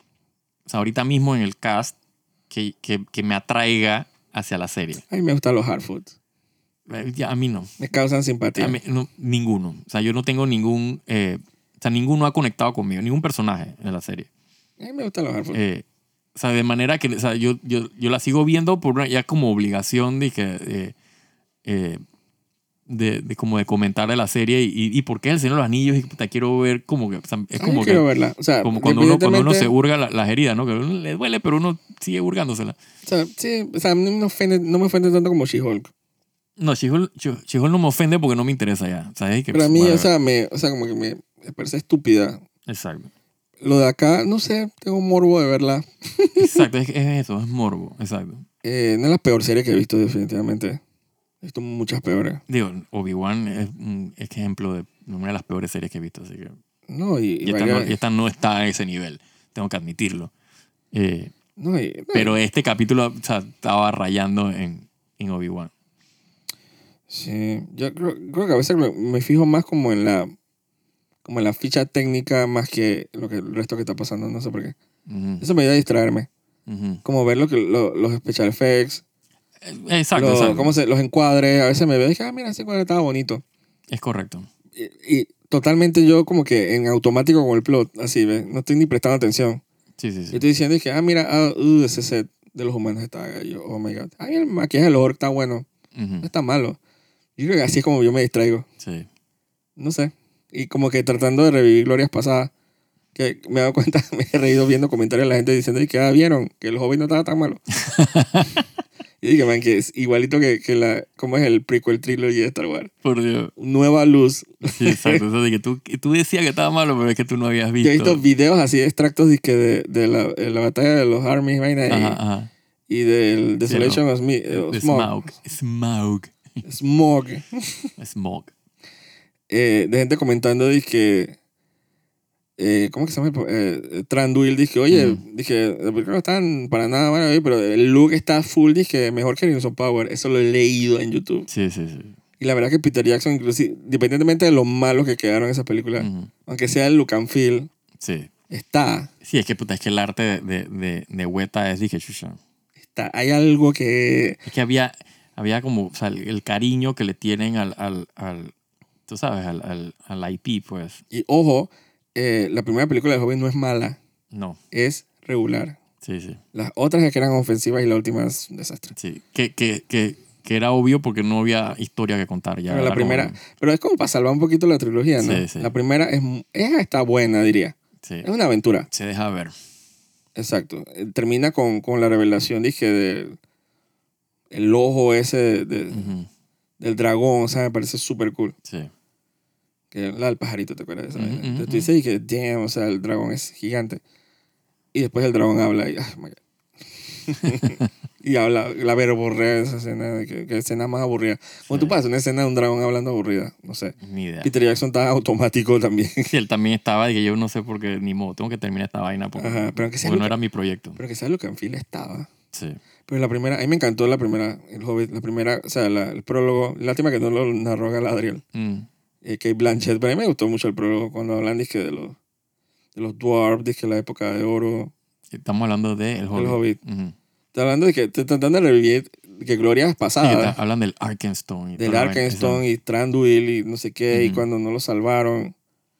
o sea, ahorita mismo en el cast, que, que, que me atraiga hacia la serie. A mí me gustan los Hardfoods. Eh, ya, a mí no. Me causan simpatía. A mí no, ninguno. O sea, yo no tengo ningún, eh, o sea, ninguno ha conectado conmigo, ningún personaje en la serie. A mí me gustan los Hardfoods. Eh, o sea, de manera que, o sea, yo, yo, yo la sigo viendo por una, ya como obligación de que, eh, eh, de, de como de comentar de la serie y, y por qué El Señor de los Anillos y puta, quiero ver como que, o sea, es Ah, como yo que, quiero verla. O sea, como cuando uno, cuando uno se evidentemente- hurga la- las heridas, ¿no? Que a uno le duele, pero uno sigue hurgándosela. O sea, sí, o sea, no me ofende, no me ofende tanto como She-Hulk. No, She-Hulk She- She-Hulk no me ofende porque no me interesa ya. O sea, es que, Pero a pues, mí, o whatever. sea, me, o sea, como que me, me parece estúpida. Exacto. Lo de acá, no sé, tengo un morbo de verla. Exacto, es, es eso, es morbo. Exacto. Eh, no es la peor serie que he visto, definitivamente. He visto muchas peores. Digo, Obi-Wan es un ejemplo de una de las peores series que he visto, así que... No, y, y Y esta, varias- no, y esta no está a ese nivel, tengo que admitirlo. Eh, no, y- no, pero este capítulo, o sea, estaba rayando en, en Obi-Wan. Sí, yo creo, creo que a veces me, me fijo más como en la como en la ficha técnica más que lo que el resto que está pasando, no sé por qué. Ujú, Eso me ayuda a distraerme. ujú. Como ver lo que, lo- los special effects, Eh, Exacto, lo- exacto. cómo se, los encuadres. A veces me veo y dije, ah, mira, ese encuadre estaba bonito. Es correcto. Y, y totalmente yo como que en automático con el plot, así, ¿ves? No estoy ni prestando atención. Sí, sí, Yo sí. estoy diciendo y que, ah, mira, ah, uh, ese set de los humanos está, yo, oh my god. Ah, mira, el maquillaje de los orcs está bueno, Ujú, no está malo. Yo creo que así es como yo me distraigo. sí. No sé. Y como que tratando de revivir glorias pasadas, que me he dado cuenta, me he reído viendo comentarios de la gente diciendo que ah, vieron que el Hobbit no estaba tan malo. Y dije, man, que es igualito que, que la, ¿cómo es el prequel trilogy de Star Wars? Por Dios. Nueva luz. Sí, exacto. Eso de que tú, que tú decías que estaba malo, pero es que tú no habías Yo visto. he visto videos así, extractos dizque de, de, la, de la batalla de los armies, vaina, y, Ajá, ajá. y del Desolation of, Me, De- of de Smog. Smaug. Smog. Smaug. Smog. Eh, de gente comentando, dije, eh, ¿cómo que se llama? Eh, Tranduil, dije, oye, Mm. dije, la película no están para nada mal, oye, pero el look está full, dije, mejor que Rings of Power. Eso lo he leído en YouTube. Sí, sí, sí. Y la verdad que Peter Jackson, inclusive, independientemente de lo malo que quedaron esas películas, Ujú. aunque sea el look and feel, Sí. Está, Sí, es que, puta, es que el arte de, de, de, de Weta es, dije, chucha. está. Hay algo que... Es que había, había como, o sea, el, el cariño que le tienen al, al, al tú sabes, al, al, al I P, pues. Y ojo, eh, la primera película de Hobbit no es mala, No, es regular. sí, sí, Las otras es que eran ofensivas y la última es un desastre. sí. Que, que, que, que era obvio porque no había historia que contar. Ya Pero la era como primera, que- pero es como para salvar un poquito la trilogía, ¿no? Sí, sí. La primera es, mu- esa está buena, diría. sí, Es una aventura. se deja ver. Exacto. Eh, Termina con, con la revelación, dije, del el ojo ese de- de- Ujú, del dragón, o sea, me parece súper cool. sí. Que la del pajarito, ¿te acuerdas de esa Ujú, vaina? ujú, Entonces tú ujú. dices, y que, damn, o sea, el dragón es gigante. Y después el dragón habla y, oh my God. Y habla, la verborrea esa escena, de que, que escena más aburrida. Cuando tú Sí. pasas una escena de un dragón hablando aburrida, no sé. Ni idea. Peter Jackson está automático también. Sí, él también estaba, y que yo no sé por qué, ni modo, tengo que terminar esta vaina porque, Ajá, pero aunque sea porque no Luca- era mi proyecto. Pero que sabes lo que Anfield estaba. Sí. Pero la primera, a mí me encantó la primera, el Hobbit, la primera, o sea, la- el prólogo. Lástima que no lo narró Galadriel, Mm. eh, Kate Blanchett, pero a mí me gustó mucho el prólogo cuando hablan dizque, de los, de los dwarves, dizque, la época de oro Estamos hablando de El del Hobbit. Hobbit. Ujú. Está hablando de que te están tratando de revivir que glorias Sí, que pasadas, ta- hablan del Arkenstone y del toda la vaina. Arkenstone y Thranduil y no sé qué, y Ujú. cuando no lo salvaron.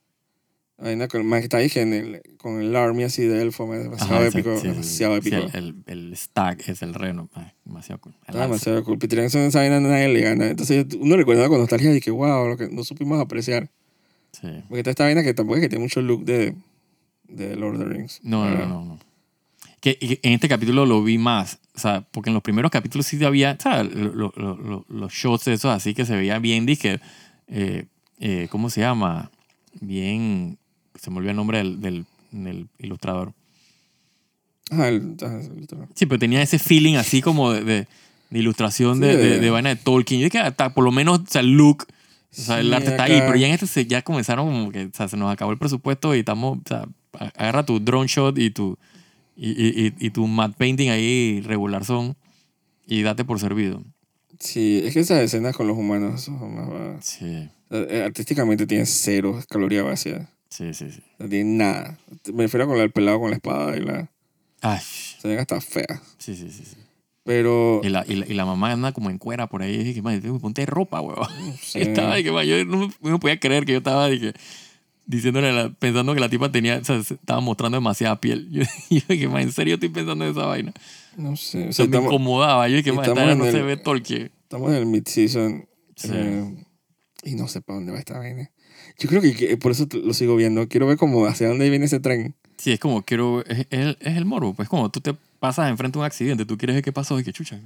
Hay una con, más que está dije, en el, con el army así de elfo, demasiado Ajá, épico, exacto, sí, sí, sí. demasiado Sí, épico. el, el, el stack es el reno. Ay, demasiado cool. El Está alce. demasiado cool. Peter Jackson esa vaina nadie le gana. Entonces uno recuerda con nostalgia y que wow, lo que no supimos apreciar. Sí. Porque está esta vaina que tampoco es que tiene mucho look de, de Lord of the Rings. No, no, Ah, no, no, no. Que y en este capítulo lo vi más. O sea, porque en los primeros capítulos sí había, ¿sabes? Lo- lo- lo- lo- los shots esos así que se veía bien, dije, eh, eh, ¿cómo se llama? Bien, se me olvidó el nombre del, del, del ilustrador. Ajá, el, ajá, el- Sí, pero tenía ese feeling así como de, de- de ilustración Sí, de, de, de- de vaina de Tolkien. Yo dije, ah, está, por lo menos, o sea, el look, o sea, el sí, arte está ahí. acá- Pero ya en este se, ya comenzaron como que, o sea, se nos acabó el presupuesto y estamos, o sea, a- agarra tu drone shot y tu, y, y, y, y tu matte painting ahí regular son y date por servido. sí, es que esas escenas con los humanos son más va- Sí, o sea, eh, artísticamente tienen cero caloría vacía. sí, sí, sí. No tienen nada. Me refiero con el pelado con la espada y la... Ay, Se ven hasta feas. sí, sí, sí, sí. Pero... Y la, y, la, y la mamá anda como en cuera por ahí. Y dije, "Man, ponte ropa, huevón." no sé. Estaba, de que, man, yo no me, no me podía creer que yo estaba de que, diciéndole, a la- pensando que la tipa tenía, o sea, se- estaba mostrando demasiada piel. Yo, yo dije, man, en serio estoy pensando en esa vaina. No sé. O O sea, sea, me estamos, incomodaba. Yo dije, man, esta estamos vaina en no se el- ve Tolkien. estamos en el mid-season. Sí. eh, y no sé para dónde va esta vaina. Yo creo que, que por eso t- lo sigo viendo. Quiero ver como hacia dónde viene ese tren. Sí, es como, quiero, es, es el, es el morbo. Pues como tú te pasas enfrente de un accidente, tú quieres ver qué pasó y qué chucha.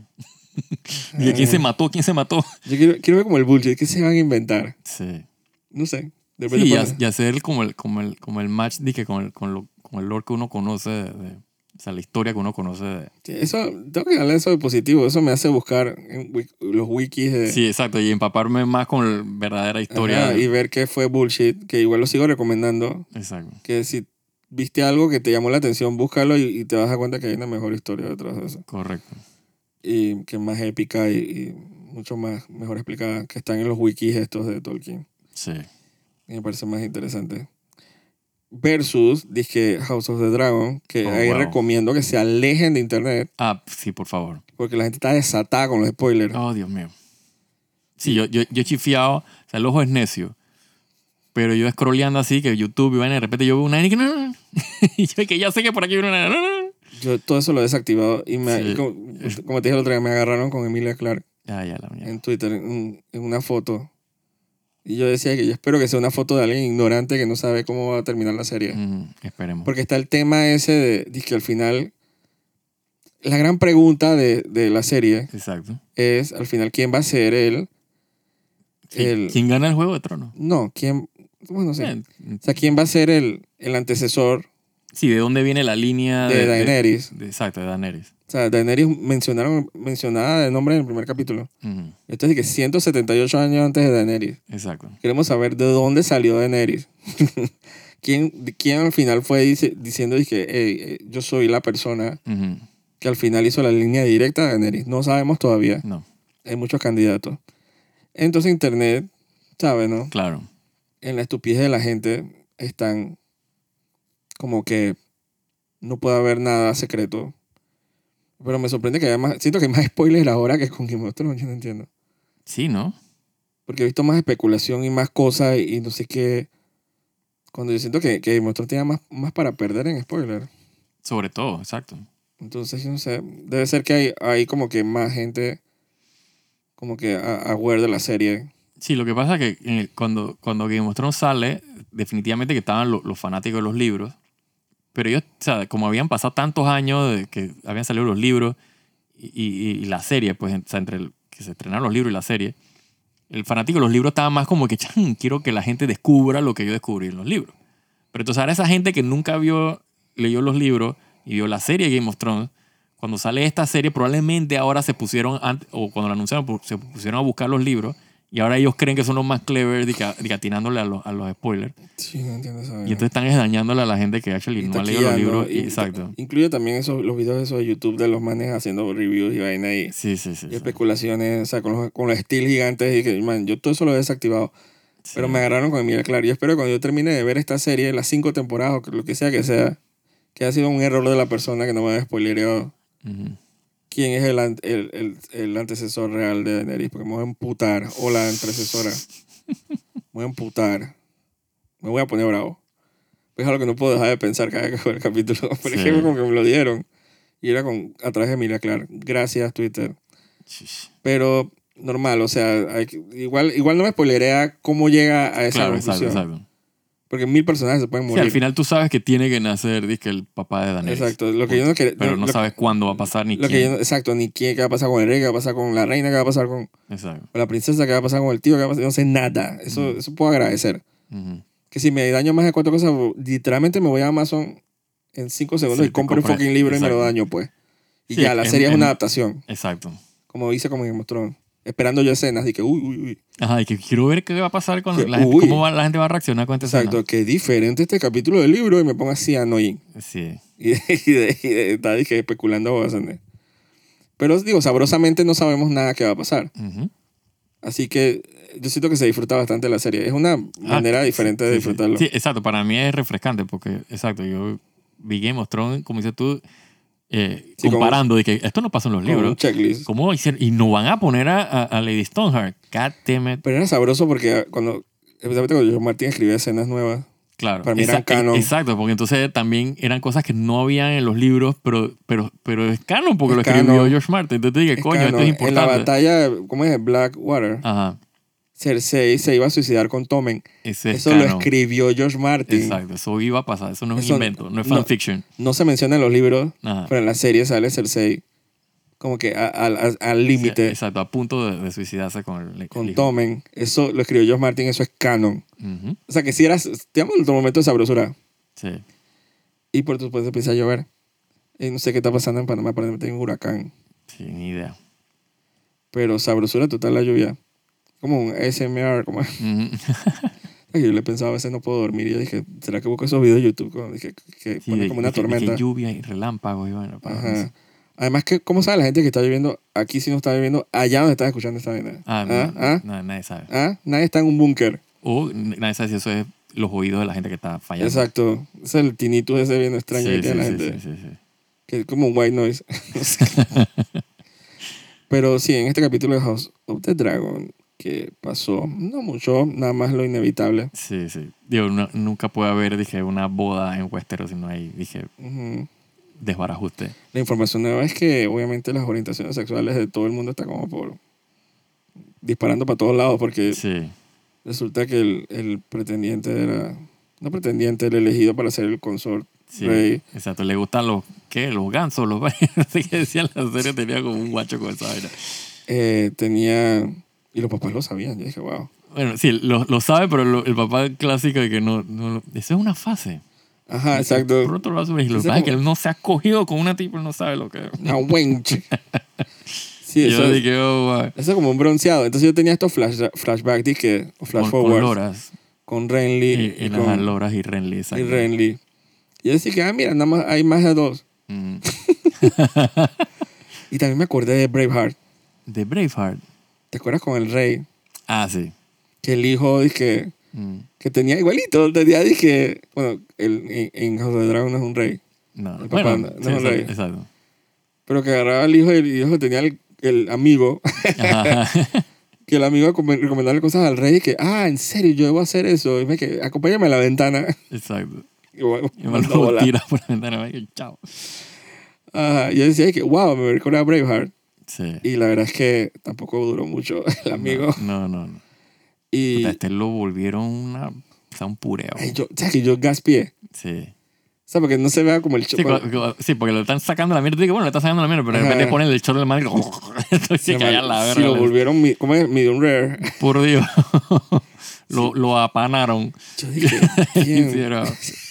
Y quién se mató, quién se mató. Yo quiero, quiero ver como el bullshit. ¿Qué se van a inventar? Sí. No sé. De repente Sí, y, pasa- ha- y hacer como el, como el, como el match dije, con, el, con, lo, con el lore que uno conoce, de, de- o sea, la historia que uno conoce. De, Sí, eso, tengo que darle eso de positivo. Eso me hace buscar en wik- los wikis de... sí, exacto, y empaparme más con la verdadera historia. Ajá, y ver qué fue bullshit, que igual lo sigo recomendando. Exacto. Que si viste algo que te llamó la atención, búscalo y, y te vas a dar cuenta que hay una mejor historia detrás de eso. Correcto. Y que es más épica y, y mucho más mejor explicada, que están en los wikis estos de Tolkien. Sí. Y me parece más interesante. Versus, dije House of the Dragon, que Oh, ahí wow. recomiendo que se alejen de internet, Ah, sí, por favor. porque la gente está desatada con los spoilers. Oh, Dios mío. Sí, yo, yo, yo he chifiado, o sea, el ojo es necio. Pero yo scrolleando así, que YouTube, y vaina, de repente yo veo una y que no, no, no. Y yo que ya sé que por aquí viene una. No, no, no. Yo todo eso lo he desactivado y, me, Sí. y como, como te dije el otro día, me agarraron con Emilia Clarke Ah, ya, la mierda. en Twitter en, un- en una foto. Y yo decía que yo espero que sea una foto de alguien ignorante que no sabe cómo va a terminar la serie. Mm, esperemos. Porque está el tema ese de, de que al final, la gran pregunta de, de la serie Exacto. es, al final, ¿quién va a ser el... Sí, el ¿quién gana el Juego de Tronos? no, ¿quién... Bueno, sí. Eh, O sea, ¿quién va a ser el, el antecesor Sí, ¿de dónde viene la línea de Daenerys? de- exacto, de Daenerys. O sea, Daenerys mencionaron, mencionada de nombre en el primer capítulo. Ujú, Esto es de que ciento setenta y ocho años antes de Daenerys. exacto. Queremos saber de dónde salió Daenerys. ¿Quién, quién al final fue dice- diciendo que hey, yo soy la persona Ujú, que al final hizo la línea directa de Daenerys? No sabemos todavía. no, Hay muchos candidatos. Entonces Internet, ¿sabes, no? claro. En la estupidez de la gente están como que no puede haber nada secreto. Pero me sorprende que haya más... Siento que hay más spoilers ahora que con Game of Thrones, yo no entiendo. Sí, ¿no? Porque he visto más especulación y más cosas y, y no sé qué... Cuando yo siento que, que Game of Thrones tenía más, más para perder en spoilers. Sobre todo, exacto. Entonces, yo no sé, debe ser que hay, hay como que más gente como que a- aware de la serie. Sí, lo que pasa es que en el- cuando, cuando Game of Thrones sale, definitivamente que estaban lo- los fanáticos de los libros, pero ellos, o sea, como habían pasado tantos años de que habían salido los libros y, y- y la serie, pues, o sea, entre el, que se estrenaron los libros y la serie, el fanático de los libros estaba más como que, chan, quiero que la gente descubra lo que yo descubrí en los libros. Pero entonces ahora esa gente que nunca vio, leyó los libros y vio la serie Game of Thrones, cuando sale esta serie probablemente ahora se pusieron, ant- o cuando la anunciaron, pu- se pusieron a buscar los libros y ahora ellos creen que son los más clever de que, de que atinándole a los, a los spoilers. Sí, no entiendo esa Y vaina. entonces están dañándole a la gente que actually Y no ha leído los taquillando, libros. Y, y- exacto. Incluye también esos, los videos esos de YouTube de los manes haciendo reviews y vaina y, Sí, sí, sí. y sí. especulaciones, o sea, con los, con los estilos gigantes y que, man, yo todo eso lo he desactivado. Sí. Pero me agarraron con Emilia Clarke. Yo espero que cuando yo termine de ver esta serie, las cinco temporadas o que- lo que sea que sea, que ha sido un error de la persona que no me haya spoilereado Ujú. quién es el, an- el, el, el antecesor real de Daenerys, porque me voy a emputar. O la antecesora. Me voy a emputar. Me voy a poner bravo. Pues es algo que no puedo dejar de pensar cada vez que veo el capítulo. Por Sí. ejemplo, como que me lo dieron. Y era con, a través de Emilia Clarke. Gracias, Twitter. Shish. Pero normal, o sea, hay que- igual, igual no me spoilerea cómo llega a esa Claro, exacto, conclusión. exacto. Porque mil personajes se pueden Sí, morir. al final tú sabes que tiene que nacer dizque, el papá de Daenerys. Exacto. Lo que yo no quería- Pero no- no lo- sabes cuándo va a pasar ni Lo que quién. yo no- exacto, ni quién, qué va a pasar con el rey, qué va a pasar con la reina, qué va a pasar con, Exacto. con la princesa, qué va a pasar con el tío, qué va a pasar, no sé nada. Eso, Mm. eso puedo agradecer. Ujú. Que si me daño más de cuatro cosas, literalmente me voy a Amazon en cinco segundos Sí, y compro el te compras- fucking libro y me lo exacto. daño, pues. Y Sí, ya, la en- serie es en- una adaptación. Exacto. Como dice como Game of Thrones. Esperando yo escenas y que, uy, uy, uy. Ajá, y que quiero ver qué va a pasar con Que, la gente, uy. cómo va- la gente va a reaccionar con esta Exacto, escena. que diferente este capítulo del libro y me pongo así annoying. Sí. Y de, y de, y de- está dije, especulando bastante. Pero digo, sabrosamente no sabemos nada que va a pasar. Ujú. Así que yo siento que se disfruta bastante la serie. Es una manera Ah, diferente sí, de sí, disfrutarlo. Sí, exacto. Para mí es refrescante porque, exacto, yo vi Game of Thrones, como dices tú, eh, Sí, como- comparando de que esto no pasa en los Con un libros. checklist. ¿Cómo hicieron? Y no van a poner a, a, a Lady Stoneheart. God damn it. Pero era sabroso porque cuando, especialmente cuando George Martin escribía escenas nuevas, Claro. para mí eran Esa- canon. Exacto, porque entonces también eran cosas que no habían en los libros, pero, pero, pero es canon porque Es lo escribió canon. George Martin. Entonces te dije, es coño, esto canon. es En la importante. batalla, ¿cómo es? Blackwater, Ajá. Cersei se iba a suicidar con Tommen. Ese es Eso lo canon. escribió George Martin. Exacto, eso iba a pasar. Eso no es Eso un invento, no es no- fanfiction. No se menciona en los libros, Ajá. pero en la serie sale Cersei como que a- a- a- al Sí, límite exacto, a punto de, de suicidarse con el, el con hijo. Tommen. Eso lo escribió George Martin, eso es canon. Ujú. O sea que si eras, digamos, en otro momento de sabrosura. Sí. Y por supuesto empieza a llover. Y no sé qué está pasando en Panamá, aparentemente hay un huracán. Sí, ni idea. Pero sabrosura total la lluvia. Como un A S M R. Como... Ujú. Yo le pensaba a veces no puedo dormir. Y yo dije, ¿será que busco esos videos de YouTube? Como, dije, que Sí, pone de- como una de que- de que tormenta. lluvia y relámpagos y bueno. para- Ajá. Además, que, ¿cómo sabe la gente que está viviendo aquí si no está viviendo allá donde estás escuchando esta vaina? Ah, no, ¿Ah? ¿Ah? no, nadie sabe. ¿Ah? Nadie está en un búnker. O nadie sabe si eso es los oídos de la gente que está fallando. Exacto. Es el tinnitus ese bien extraño Sí, que sí, tiene la sí, gente. sí, sí, sí. Que es como un white noise. Pero sí, en este capítulo de House of the Dragon, que pasó no mucho, nada más lo inevitable. Sí, sí. Digo, no- nunca puede haber, dije, una boda en Westeros si no hay, dije, Ujú. desbarajuste. La información nueva es que obviamente las orientaciones sexuales de todo el mundo está como por disparando para todos lados porque Sí. resulta que el, el pretendiente era, no pretendiente, el elegido para ser el consort Sí, rey, exacto. Le gustan los, ¿qué? Los gansos, los así que decían la serie, tenía como un guacho con esa vaina. eh, tenía, y los papás lo sabían, yo dije, wow. Bueno, sí, lo, lo sabe, pero lo- el papá clásico de que no, no lo- eso es una fase. Ajá, exacto. Por otro lado, lo que Ese pasa es que como- él no se ha cogido con una tipa, él no sabe lo que es. Una wench. Sí, Y eso yo es, dije, oh, wow. eso es como un bronceado. Entonces yo tenía estos flash, flashbacks dije, o flash Con, con forwards Loras con Renly y, y y, las con Loras y Renly. y exacto. Renly. Y yo decía que, ah, mira, nada más hay más de dos. Mm. Y también me acordé de Braveheart. De Braveheart. ¿Te acuerdas con el rey? Ah, sí. Que el hijo, dije, Mm. que tenía igualito. Tenía, dije, bueno, el, en, en House of the Dragon no es un rey. No, El papá bueno, no- no sí, es un exacto, rey. exacto. Pero que agarraba al hijo y el hijo tenía el, el amigo. Ajá. Que el amigo recom- recomendarle cosas al rey y que, ah, en serio, yo debo hacer eso. Y me que, acompáñame a la ventana. Exacto. Y bueno, Y me mandó a lo volar. tira por la ventana. y chao. Ajá, yo decía que, wow, me recuerda a Braveheart. Sí. Y la verdad es que tampoco duró mucho el amigo. No, no, no. no. Y, Puta, este lo volvieron una, o sea, un pureo. ay, yo, ¿sabes que yo gaspié? Sí. O sea, porque no se vea como el Sí, chocolate. cu- cu- sí, porque lo están sacando la mierda. Tú dices, bueno, le están sacando la mierda, pero de Ajá. repente ponen el chorro de la madre. Entonces se cae a la Si verga. lo volvieron, mi- ¿cómo es? Medium rare. Por Dios. lo, lo apanaron. Yo dije, ¿quién? Hicieron.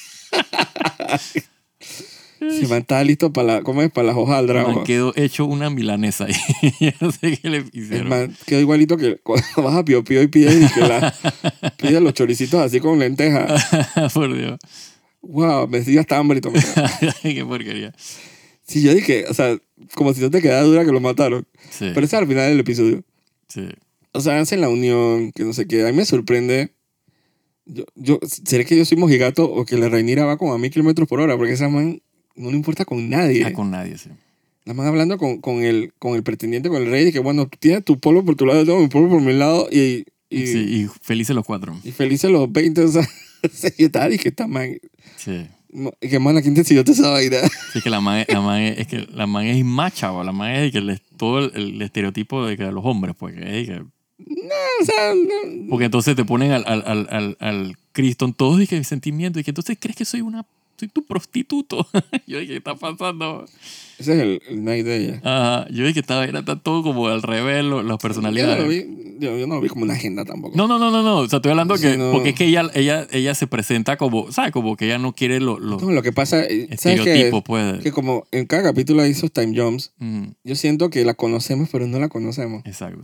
Se man estaba listo para la, ¿cómo es? Para las hojaldras. Man, ojo. quedó hecho una milanesa ahí. Yo no sé qué le El hicieron. man quedó igualito que cuando vas a Pío Pío y pides, y que la, pides los choricitos así con lentejas. Por Dios. Wow, me dio hasta hambre y todo. Qué porquería. Sí, yo dije, o sea, como si no te quedara dura que lo mataron. Sí, Pero eso es al final del episodio. sí. O sea, hacen la unión, que no sé qué. A mí me sorprende. Yo, yo, ¿será que yo soy mojigato o que la Rhaenyra va como a mil kilómetros por hora? Porque esa man no le importa con nadie. Ah, con nadie, sí. La man hablando con, con, el, con el pretendiente, con el rey, y que bueno, tú tienes tu pueblo por tu lado, yo tengo mi pueblo por mi lado, y, y, Sí, y felices los cuatro. y felices los veinte, o sea, y tal, y que esta man, Sí. no, y que man, ¿a quién te enseñó esa vaina? Sí, que la man, la man es, es que la man es macha, o la man es de que el- todo el, el estereotipo de que de los hombres, pues, que, es de que- O sea, no, porque entonces te ponen al, al, al, al, al Cristo en todo y que sentimiento, y que entonces crees que soy una, soy tu prostituto. Yo dije, ¿qué está pasando? ese es el, el night de ella. Ajá, yo dije que estaba, era está todo como al revés, lo- las Yo no, personalidades. lo vi, yo, yo no lo vi como una agenda tampoco. No, no, no, no, no. O sea, estoy hablando Sí, que. no. Porque es que ella, ella, ella se presenta como. ¿Sabes? Como que ella no quiere los lo No, lo que pasa, eh, ¿sabes qué? estereotipos, pues. Que como en cada capítulo hay esos time jumps, Mm, yo siento que la conocemos, pero no la conocemos. exacto.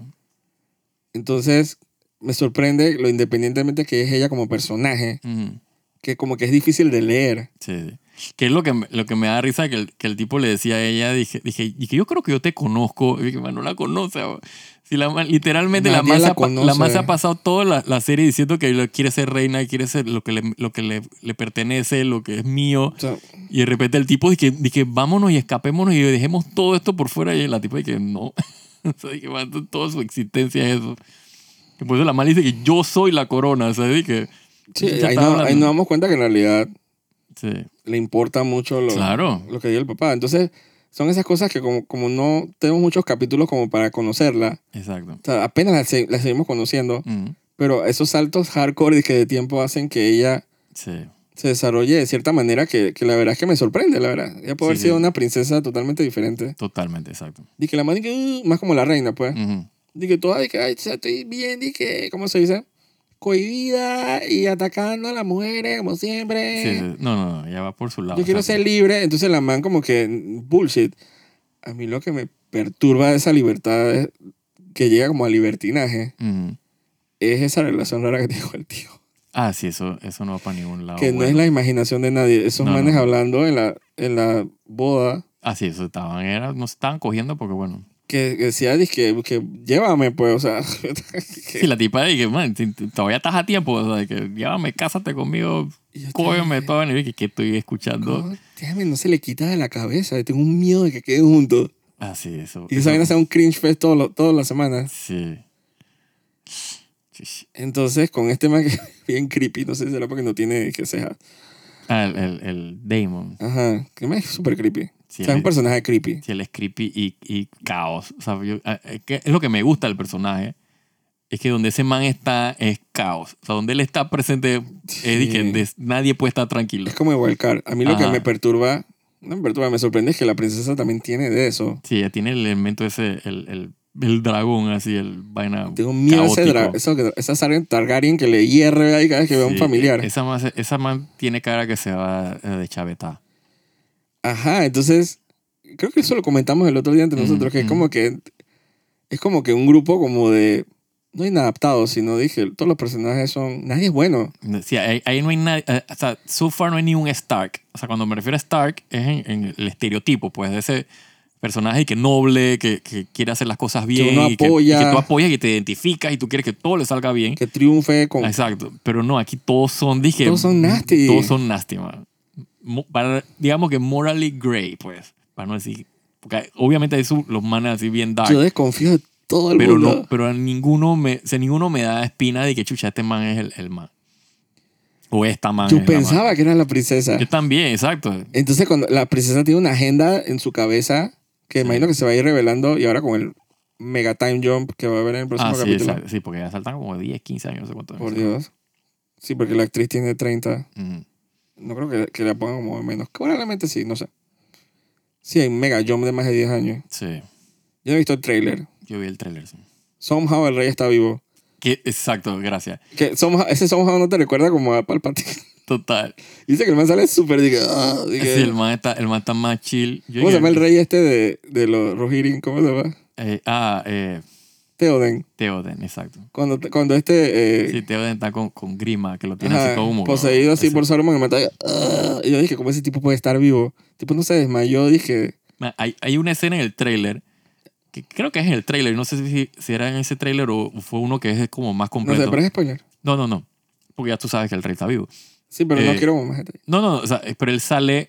Entonces, me sorprende lo independientemente que es ella como personaje, Mm, que como que es difícil de leer. sí, sí. Que es lo que, me- lo que me da risa, que el, que el tipo le decía a ella, dije, dije, y que yo creo que yo te conozco. Y dije, "Man, no la conoce. o". Si la, man- literalmente la Nadie man, la se ha, pa- la man conoce. se ha pasado toda la, la serie diciendo que lo- quiere ser reina y quiere ser lo que, le, lo que le, le pertenece, lo que es mío. O sea, Y de repente el tipo dice, dice vámonos y escapémonos y dejemos todo esto por fuera. Y la tipa dice, no. O sea, dije, "Man, toda su existencia es eso". Y por eso la man dice que yo soy la corona. O sea, dije, sí, ya ahí, estaba no- hablando. ahí nos damos cuenta que en realidad Sí, le importa mucho lo, claro. lo que diga el papá. Entonces, son esas cosas que como, como no tenemos muchos capítulos como para conocerla, Exacto. o sea, apenas la, se- la seguimos conociendo, Mm, pero esos saltos hardcore y que de tiempo hacen que ella sí, se desarrolle de cierta manera que, que la verdad es que me sorprende, la verdad. Ella puede Sí, haber sido sí. una princesa totalmente diferente. totalmente, exacto. Dije que la man, que, uh, más como la reina, pues. Ujú. Dije, toda, dije, ay, o sea, estoy bien, dije, ¿cómo se dice? Cohibida y atacando a las mujeres, como siempre. Sí, sí. No, no, no, ya va por su lado. Yo quiero exacto. ser libre. Entonces la man como que, bullshit. A mí lo que me perturba de esa libertad es- que llega como a libertinaje Ujú. es esa relación rara que tiene con el tío. Ah, sí, eso, eso no va para ningún lado. que no bueno. es la imaginación de nadie. Esos No, manes no. hablando en la, en la boda Ah, sí, eso estaban, era, no se estaban cogiendo porque, bueno. que, que decía, que, que llévame, pues, o sea. que- Sí, la tipa dije, man, si- si todavía estás a tiempo, o sea, de que llévame, cásate conmigo, y yo cógeme dije, todo. Y dije, ¿qué estoy escuchando? "No, déjame, no se le quita de la cabeza. Tengo un miedo de que queden juntos. Ah, sí, eso. Y esa eso- vaina sea un cringe fest todo lo- todas las semanas. Sí. Sí. Entonces, con este man que es bien creepy, no sé si será porque no tiene que cejas. Ah, el, el, el Damon. Ajá, que man es súper creepy. Sí, o sea, es un él- personaje creepy. Sí, él es creepy y, y caos. O sea, yo- ah, es, que es lo que me gusta del personaje. Es que donde ese man está es caos. O sea, donde él está presente es de que Sí. des- nadie puede estar tranquilo. Es como el Wildcard. A mí lo que Ajá. me perturba, no me perturba, me sorprende es que la princesa también tiene de eso. Sí, ella tiene el elemento ese, el, el, el dragón, así, el vaina. Tengo miedo a ese caótico. dra- eso que- esa Sargen Targaryen que le hierre ahí cada vez que vea a un Sí, familiar. Esa man, se- esa man tiene cara que se va eh, de chavetá. Ajá, entonces, creo que eso lo comentamos el otro día entre Mm, nosotros, que es mm. como que es como que un grupo como de, no inadaptados, sino dije, todos los personajes son, nadie es bueno. Sí, ahí, ahí no hay nadie. eh, o sea, so far no hay ni un Stark. O sea, cuando me refiero a Stark, es en, en el estereotipo, pues, de ese. personaje que noble, que, que quiere hacer las cosas bien. Que uno y, que, y apoya. que tú apoyas y te identificas y tú quieres que todo le salga bien. Que triunfe con... Exacto. Pero no, aquí todos son, dije... Todos son nasty. Todos son nasty, man. Mo- para- digamos que morally gray, pues. Para no decir... Porque obviamente eso los manes así bien dark. Yo desconfío de todo el pero mundo. no, pero a ninguno me, o sea, ninguno me da espina de que chucha, este man es el, el man. O esta man Yo es la man. pensaba que era la princesa. Yo también, exacto. Entonces, cuando la princesa tiene una agenda en su cabeza, que Sí. imagino que se va a ir revelando, y ahora con el mega time jump que va a haber en el próximo Ah, sí, capítulo. exacto. Sí, porque ya saltan como diez, quince años, no sé cuánto. Por Dios. Sí, porque la actriz tiene treinta. Ujú. No creo que, que la pongan como menos. Probablemente sí, no sé. Sí, hay un mega jump de más de diez años. Sí, Yo no he visto el trailer. yo vi el trailer. Sí. Somehow el rey está vivo. Que, exacto, gracias. Que somehow- ese Somehow no te recuerda como a Palpatine. Total. Dice que el man sale súper... diga, ah, diga, Sí, el man está, el man está más chill. Yo ¿Cómo se llama el dije, rey este de, de los Rohirrim? ¿Cómo se llama? eh, ah, eh, Theoden. Theoden, exacto. Cuando, cuando este... Eh, Sí, Theoden está con, con grima, que lo tiene ajá, así todo humo. poseído así Ese- por Saruman y mata. ah, y yo dije, ¿cómo ese tipo puede estar vivo? Tipo, no se desmayó. Dije, Man, Hay, hay una escena en el tráiler, que creo que es en el tráiler, no sé si, si era en ese tráiler o fue uno que es como más no completo. sé, pero es spoiler. No, no, no, porque ya tú sabes que el rey está vivo. Sí, pero no Eh, quiero más gente. No, no, o sea, pero él sale,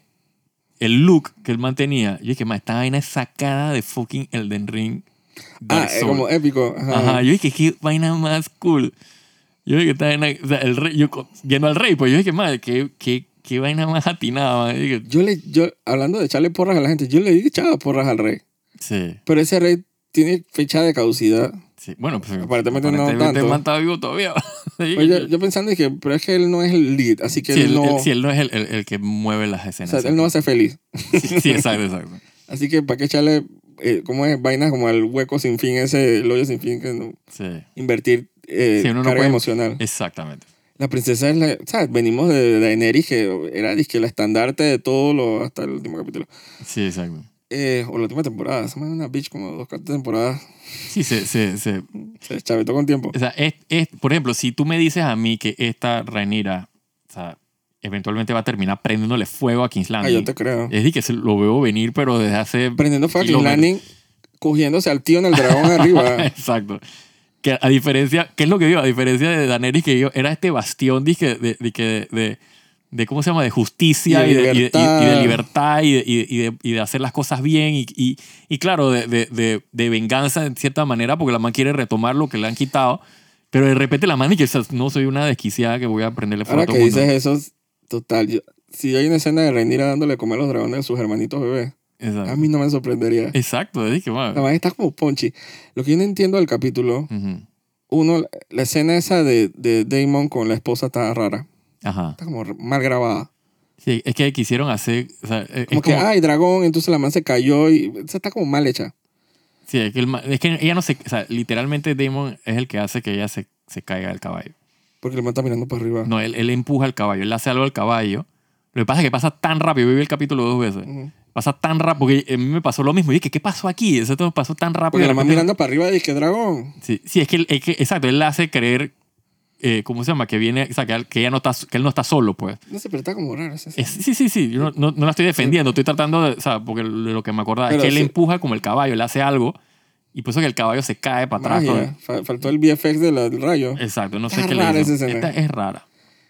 el look que él mantenía, yo dije, man, esta vaina es sacada de fucking Elden Ring. Ah, Dark eh, Souls. como épico. Ajá. Ajá, yo dije, qué vaina más cool. Yo dije, esta vaina, o sea, el rey, yo co- yendo al rey, pues yo dije, madre, qué, qué, qué vaina más atinada, man. Yo dije, Yo le, yo, hablando de echarle porras a la gente, yo le di echaba porras al rey. sí, Pero ese rey tiene fecha de caducidad. sí. Bueno, pues Aparentemente no aparentemente el tanto. man está vivo todavía. Pues yo, yo pensando que, pero es que él no es el lead, así que Sí, él él, no, él- sí, él no es el, el, el que mueve las o escenas. sea, él no va a ser feliz. Sí, sí, exacto, exacto. Así que para qué echarle, eh, ¿cómo es? Vainas como el hueco sin fin, ese, el hoyo sin fin, que no, Sí, invertir eh, Sí, uno no carga puede- emocional. exactamente. La princesa es la, ¿sabes? Venimos de Daenerys, que era dizque, la estandarte de todo lo, hasta el último capítulo. Sí, exacto. Eh, o la última temporada, se me una bitch como dos cuatro temporadas. Sí, se, se, se, Se chavetó con tiempo. o sea, es, es- por ejemplo, si tú me dices a mí que esta Rhaenyra, o sea, eventualmente va a terminar prendiéndole fuego a King's Ah, Landing. yo te creo. Es decir, que se- lo veo venir, pero desde hace... Prendiendo fuego a King's kilómetros. Landing, cogiéndose al tío en el dragón arriba. Exacto. Que a diferencia, ¿qué es lo que digo? A diferencia de Daenerys, que yo era este bastión dizque, de, de, de, de, de, ¿cómo se llama? De justicia Y y de de, y de- y- libertad. y de libertad y de, y de- y de- y de hacer las cosas bien y, y, y claro, de, de, de, de venganza en cierta manera porque la man quiere retomar lo que le han quitado, pero de repente la man dice que no soy una desquiciada que voy a prenderle fuego Ahora a todo que el mundo. dices eso, total. Yo, si hay una escena de Rhaenyra dándole a comer a los dragones a sus hermanitos bebés, Exacto. a mí no me sorprendería. Exacto, es que, man, La man está como punchy. Lo que yo no entiendo del capítulo, ujú. uno, la escena esa de, de Daemon con la esposa está rara. Ajá. Está como mal grabada. Sí, es que quisieron hacer... O sea, es Como como, que, ay, dragón, entonces la man se cayó y... O sea, está como mal hecha. sí, es que, el ma- es que ella no se... O sea, literalmente Damon es el que hace que ella se, se caiga del caballo. Porque el man está mirando para arriba. No, él, él empuja al caballo, él le hace algo al caballo. Lo que pasa es que pasa tan rápido, yo vi el capítulo dos veces. Ujú. Pasa tan rápido, porque a mí me pasó lo mismo. Y dije, ¿qué pasó aquí? Eso todo pasó tan rápido. Porque de la man repente- mirando para arriba dice, dragón. Sí, sí, es que, es que, exacto, él le hace creer, eh, ¿cómo se llama? Que viene, o sea, que, él- que ella no está, que él no está solo, pues. No sé, pero está como raro esa Es- escena. sí, sí, sí, yo no, no, no la estoy defendiendo, estoy tratando de, o sea, porque lo lo que me acordaba Pero es que él sí. empuja como el caballo, le hace algo, y por eso que el caballo se cae para atrás. Magia. Fa- Faltó el V F X de la- del rayo. ¿no? Exacto, no sé Está qué le rara hizo. esa escena. Esta es rara.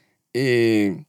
Eh,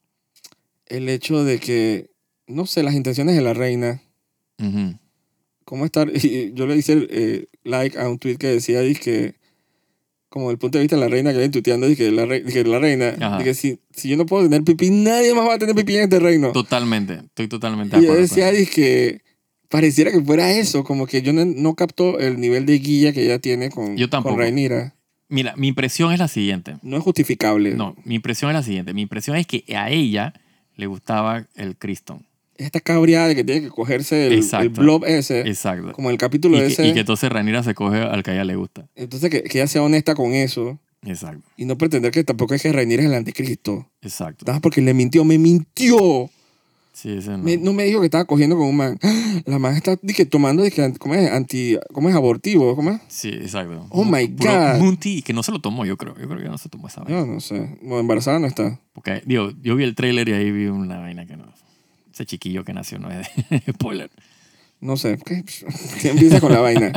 el hecho de que, no sé, las intenciones de la reina, Ujú. cómo estar, y yo le hice eh, like a un tweet que decía, que como el punto de vista de la reina que viene tuiteando, que la, re, que la reina, Ajá. que si, si yo no puedo tener pipí, nadie más va a tener pipí en este reino. Totalmente, estoy totalmente de Y yo acuerdo. decía, con eso. que pareciera que fuera eso, como que yo no, no capto el nivel de guía que ella tiene con, Yo tampoco. con Rhaenyra. Mira, mi impresión es la siguiente. No es justificable. No, mi impresión es la siguiente. Mi impresión es que a ella le gustaba el Criston. Esta cabreada de que tiene que cogerse el, Exacto. el blob ese, Exacto. como el capítulo Y que, ese. y que entonces Rhaenyra se coge al que a ella le gusta. Entonces que, que ella sea honesta con eso Exacto. y no pretender que tampoco es que Rhaenyra es el anticristo. Exacto. Nada más porque le mintió, me mintió. Sí, ese no. Me- no me dijo que estaba cogiendo con un man. La man está dije, tomando, dije, ¿cómo es? Anti, ¿cómo es? Abortivo, ¿cómo es? Sí, exacto. Oh my Puro God. Munti, y que no se lo tomó, yo creo. Yo creo que no se tomó esa vaina. Yo no sé. Bueno, embarazada no está. Porque, digo, yo vi el tráiler y ahí vi una vaina que no... Ese chiquillo que nació no es de... Spoiler. No sé, ¿qué? ¿Qué empieza con la vaina?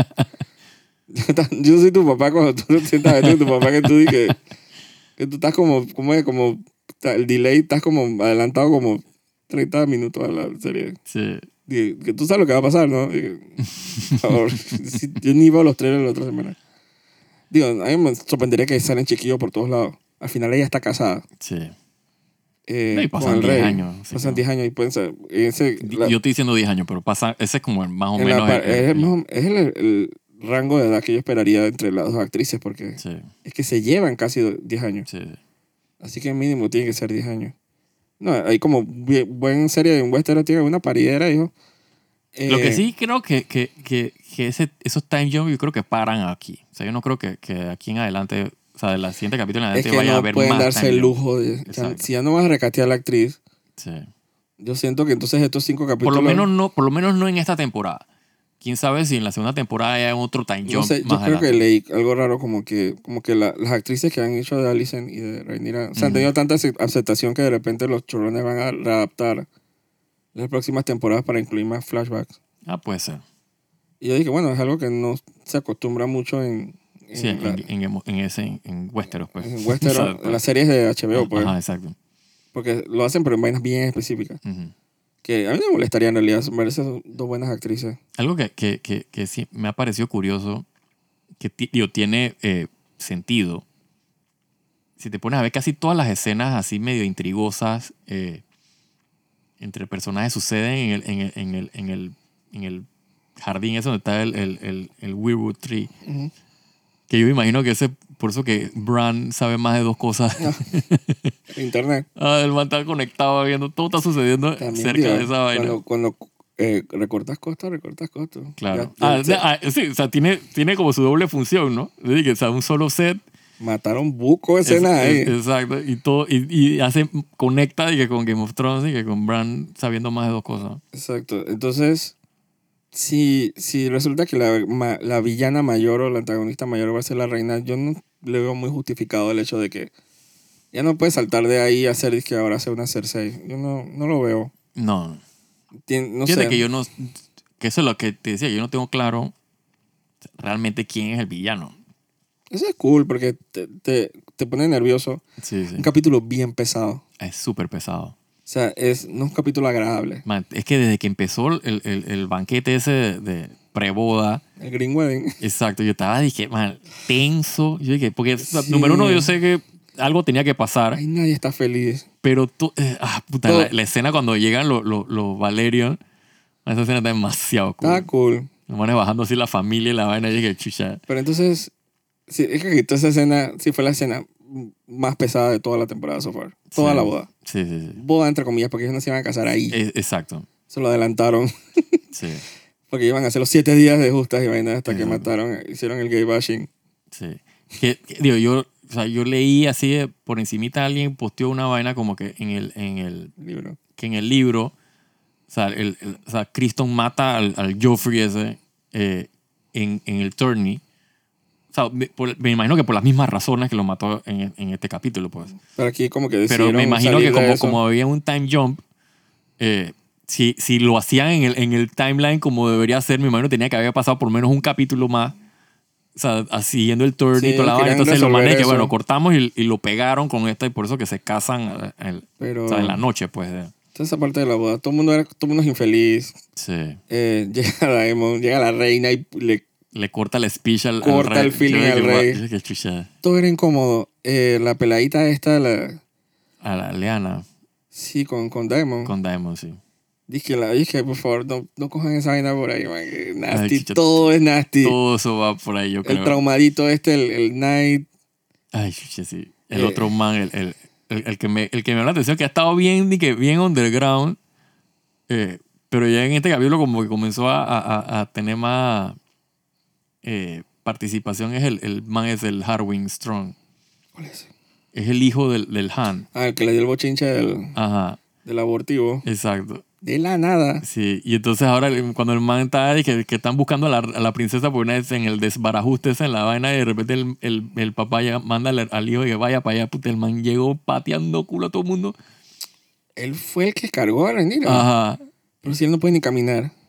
Yo soy tu papá cuando tú te sientas a ver con tu papá que tú dices que, que tú estás como, como, es? Como, el delay, estás como adelantado como treinta minutos a la serie. Sí. Digo, que tú sabes lo que va a pasar, ¿no? Digo, por favor, si- yo ni veo los trailers la otra semana. Digo, a mí me sorprendería que salen chiquillos por todos lados. Al final ella está casada Sí. eh, No, y con pasan el diez rey. años. así Pasan que- diez años y pueden ser... Ese, la- Yo estoy diciendo diez años, pero pasa, ese es como el más o en la menos. par- el- el- es, el, el- más- es el, el rango de edad que yo esperaría entre las dos actrices porque sí, es que se llevan casi do- diez años. sí. Así que mínimo tiene que ser diez años. No, hay como buen buena serie de un western, tiene una paridera, hijo. Lo que Eh, sí creo que, que, que, que ese, esos time jumps yo creo que paran aquí. O sea, yo no creo que, que de aquí en adelante, o sea, de la siguiente capítulo en Es adelante que vaya a no haber pueden más darse time el jump. lujo de... ya- Exacto. si ya no vas a recatear a la actriz, Sí. yo siento que entonces estos cinco Por capítulos... lo menos no, por lo menos no en esta temporada. Quién sabe si en la segunda temporada hay otro time No jump sé, yo más creo adelante. que leí algo raro como que, como que la- las actrices que han hecho de Alicent y de Rhaenyra, o sea, han Ujú. tenido tanta ace- aceptación que de repente los chorrones van a readaptar las próximas temporadas para incluir más flashbacks. Ah, puede ser. Y yo dije, bueno, es algo que no se acostumbra mucho en, en, Sí, en, la- en, en, en ese, en Westeros, pues. en O Westeros, sea, en las series de H B O, pues, Ajá, exacto. porque lo hacen pero en vainas bien específicas. Ujú. Que a mí no me molestaría en realidad, me parecen dos buenas actrices. Algo que, que, que, que sí me ha parecido curioso, que ti- digo, tiene eh, sentido. Si te pones a ver casi todas las escenas así medio intrigosas eh, entre personajes suceden en el, en el, en el, en el, en el jardín ese donde está el, el, el, el Weirwood Tree. Ujú. Que yo me imagino que ese, por eso que Bran sabe más de dos cosas. Internet. Ah, el man está conectado viendo todo está sucediendo También, cerca digo, de esa vaina. Cuando, cuando eh, recortas costos, recortas costos. Claro. Ya- ya Ah, se- ah, sí, o sea, tiene, tiene como su doble función, ¿no? Es decir, que, o sea, un solo set. Mataron buco de es- escenas ahí. es- exacto. Y todo, y, y hace, conecta y que con Game of Thrones y que con Bran sabiendo más de dos cosas. Exacto. Entonces, si, si resulta que la, ma- la villana mayor o la antagonista mayor va a ser la reina, yo no le veo muy justificado el hecho de que ya no puede saltar de ahí a hacer que ahora sea una Cersei. Yo no, no lo veo. No. Tien- no Fíjate sé. que yo no. Que eso es lo que te decía, yo no tengo claro realmente quién es el villano. Eso es cool porque te, te, te pone nervioso. Sí, sí. Un capítulo bien pesado. Es súper pesado. O sea, es, no es un capítulo agradable. Man, es que desde que empezó el, el, el banquete ese de, de preboda, El Green Wedding. exacto, yo estaba, dije, man, tenso. Yo dije, porque, o sea, Sí. número uno, yo sé que algo tenía que pasar, Ahí nadie está feliz. pero tú, eh, ah, puta, Todo- la, la escena cuando llegan los, los, los Valerion, esa escena está demasiado cool. Está cool. Los manes bajando así la familia y la vaina, y dije, chucha. Pero entonces, sí, es que toda esa escena, sí fue la escena más pesada de toda la temporada so far. Toda Sí. la boda. Sí, sí, sí. Boda entre comillas, porque ellos no se iban a casar ahí. Eh, exacto. Se lo adelantaron. Sí, Porque iban a hacer los siete días de justas y vainas hasta que Exacto. mataron, hicieron el gay bashing. sí. Que, que, digo, yo, o sea, yo leí así de, por encimita, alguien posteó una vaina como que en el, en el, Libro. que en el libro, o sea, el, el- o sea Criston mata al, al Joffrey ese eh, en, en el tourney. O sea, me, por- me imagino que por las mismas razones que lo mató en, en este capítulo, pues. Pero aquí como que Pero decidieron me imagino salir que de como, eso. como había un time jump, eh, si, si lo hacían en el, en el timeline como debería ser, me imagino que tenía que haber pasado por lo menos un capítulo más. O sea, a- siguiendo el tourney Sí, y toda la vaina. querían Entonces lo resolver mané que, eso. bueno, cortamos y, y lo pegaron con esta y por eso que se casan eh, el- Pero o sea, en la noche, pues. eh. toda esa parte de la boda, todo el mundo, era, todo el mundo es infeliz. Sí. Eh, llega Daemon, llega la reina y le, Le corta el speech al, al Corta rey. el feeling Yo al dije, rey. "Guau", yo dije, chucha, todo era incómodo. Eh, la peladita esta, la, a la Leana sí, con, con Daemon. con Daemon, sí. Dije, la, dije, por favor, no, no cojan esa vaina por ahí, man. Que nasty, Ay, chicha, todo es nasty. Todo eso va por ahí, yo el creo. traumadito este, el, el Knight. Ay, chucha, sí. El Eh. otro man, el, el, el, el que me, el que me llama la atención, que ha estado bien, ni que bien underground, eh, pero ya en este capítulo como que comenzó a, a, a tener más eh, participación, es el, el man, es el Harwin Strong. ¿Cuál es? Es el hijo del, del Han. Ah, el que le dio el bochinche del, Ajá, del abortivo. exacto. De la nada. Sí, y entonces ahora el- cuando el man está ahí, que, que están buscando a la, a la princesa porque una vez en el desbarajuste ese en la vaina y de repente el, el, el papá ya manda al, al hijo y que vaya para allá, puta, el man llegó pateando culo a todo el mundo. Él fue el que cargó a Rhaenyra. Ajá. Pero si él no puede ni caminar.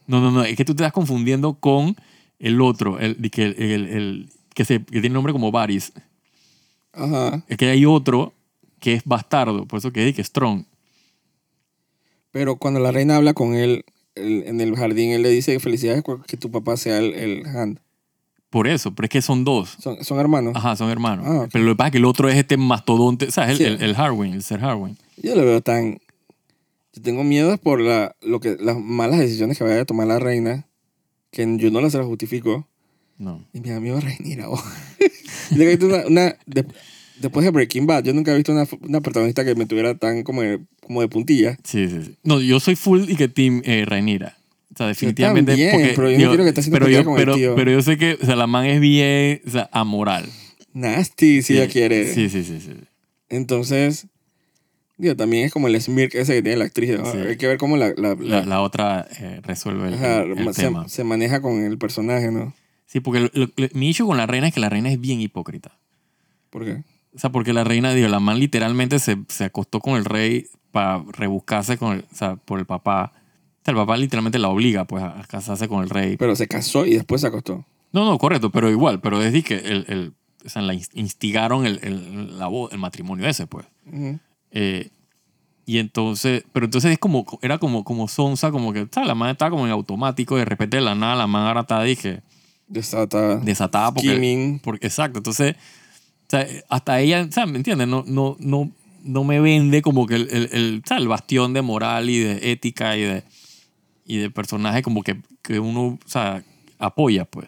No, no, no. Es que tú te estás confundiendo con el otro. El, el, el, el, el que, se, que tiene nombre como Varys. Ajá. Es que hay otro que es bastardo. Por eso que es que Strong. Pero cuando la reina habla con él el- en el jardín, él le dice felicidades que tu papá sea el, el Hand. Por eso. Pero es que son dos. ¿Son, son hermanos? Ajá, son hermanos. Ah, ok. Pero lo que pasa es que el otro es este mastodonte. ¿Sabes? El, Sí. el, el Harwin, el Ser Harwin. Yo lo veo tan... Yo tengo miedo por la, lo que, las malas decisiones que vaya a tomar la reina, que yo no las se las justifico. No. Y mi amigo Rhaenyra, oh. Yo he visto una, una de- después de Breaking Bad, yo nunca he visto una, una protagonista que me tuviera tan como de, como de puntilla. Sí, sí, sí. No, yo soy full y que team eh, Rhaenyra. O sea, definitivamente. también, porque, pero yo no digo, quiero que esté haciendo pero pelea yo, con el pero, tío. pero yo sé que o sea, la man es bien o sea, amoral. Nasty, si ella quiere. Sí, sí, sí, sí. Entonces, digo, también es como el smirk ese que tiene la actriz. ¿no? Sí. Hay que ver cómo la, la, La, la- la otra eh, resuelve el, ajá, el- el se, tema. se maneja con el personaje, ¿no? Sí, porque lo- lo- lo- mi issue con la reina es que la reina es bien hipócrita. ¿Por qué? O sea, porque la reina, digo, la man literalmente se, se acostó con el rey para rebuscarse con el, o sea, por el papá. O sea, el papá literalmente la obliga pues a, a casarse con el rey. Pero se casó y después se acostó. No, no, correcto, pero igual, pero es decir que el, el, o sea, la ins- instigaron el, el, la bo- el matrimonio ese, pues. Ujú. Eh, y entonces, pero entonces es como, era como, como sonsa, como que, ¿sabes? La man estaba como en automático, de repente de la nada, la man ahora está, dije, Desata. desatada porque, Scheming. porque exacto, entonces, o sea, hasta ella, ¿sabes? ¿Me entiendes? No, no, no, no me vende como que el, el, el, ¿sabes? El bastión de moral y de ética y de, y de personaje como que, que uno, o sea, apoya, pues.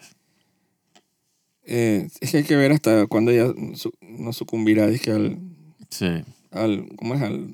Eh, es que hay que ver hasta cuándo ella su- no sucumbirá, dije, al, Sí. al, ¿cómo es? Al,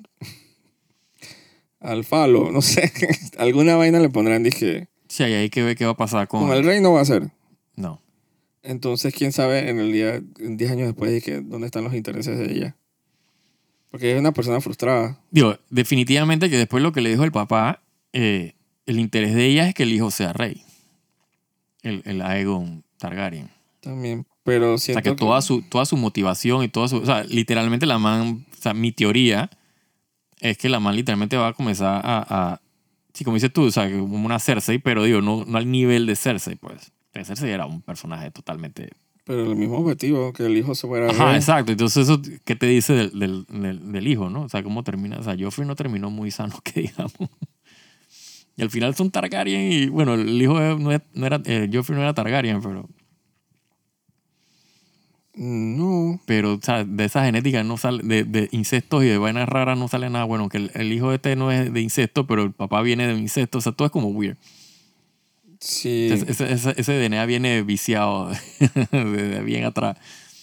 al falo, no sé. Alguna vaina le pondrán, dije, Sí, ahí hay que ver qué va a pasar con... con el rey no va a ser. No. Entonces, quién sabe en el día, en diez años después, dije, dónde están los intereses de ella. Porque ella es una persona frustrada. Digo, definitivamente que después lo que le dijo el papá, eh, el interés de ella es que el hijo sea rey. El, el Aegon Targaryen. También, pero O sea, siento que toda su, toda su motivación y toda su... O sea, literalmente la man... O sea, mi teoría es que la man literalmente va a comenzar a... a sí, como dices tú, o sea, como una Cersei, pero digo, no, no al nivel de Cersei, pues. Porque Cersei era un personaje totalmente... Pero el mismo objetivo, que el hijo se fuera Ajá, rey. exacto. Entonces, eso, ¿qué te dice del, del, del, del hijo, no? O sea, ¿cómo termina? O sea, Joffrey no terminó muy sano, que digamos. Y al final son Targaryen y, bueno, el hijo no, es- no era... eh, Joffrey no era Targaryen, pero... No, Pero, o sea, de esa genética no sale... De, de incestos y de vainas raras no sale nada bueno. Que el, el hijo este no es de incesto, pero el papá viene de incesto. O sea, todo es como weird. sí. Ese, ese, ese- ese D N A viene viciado de bien atrás.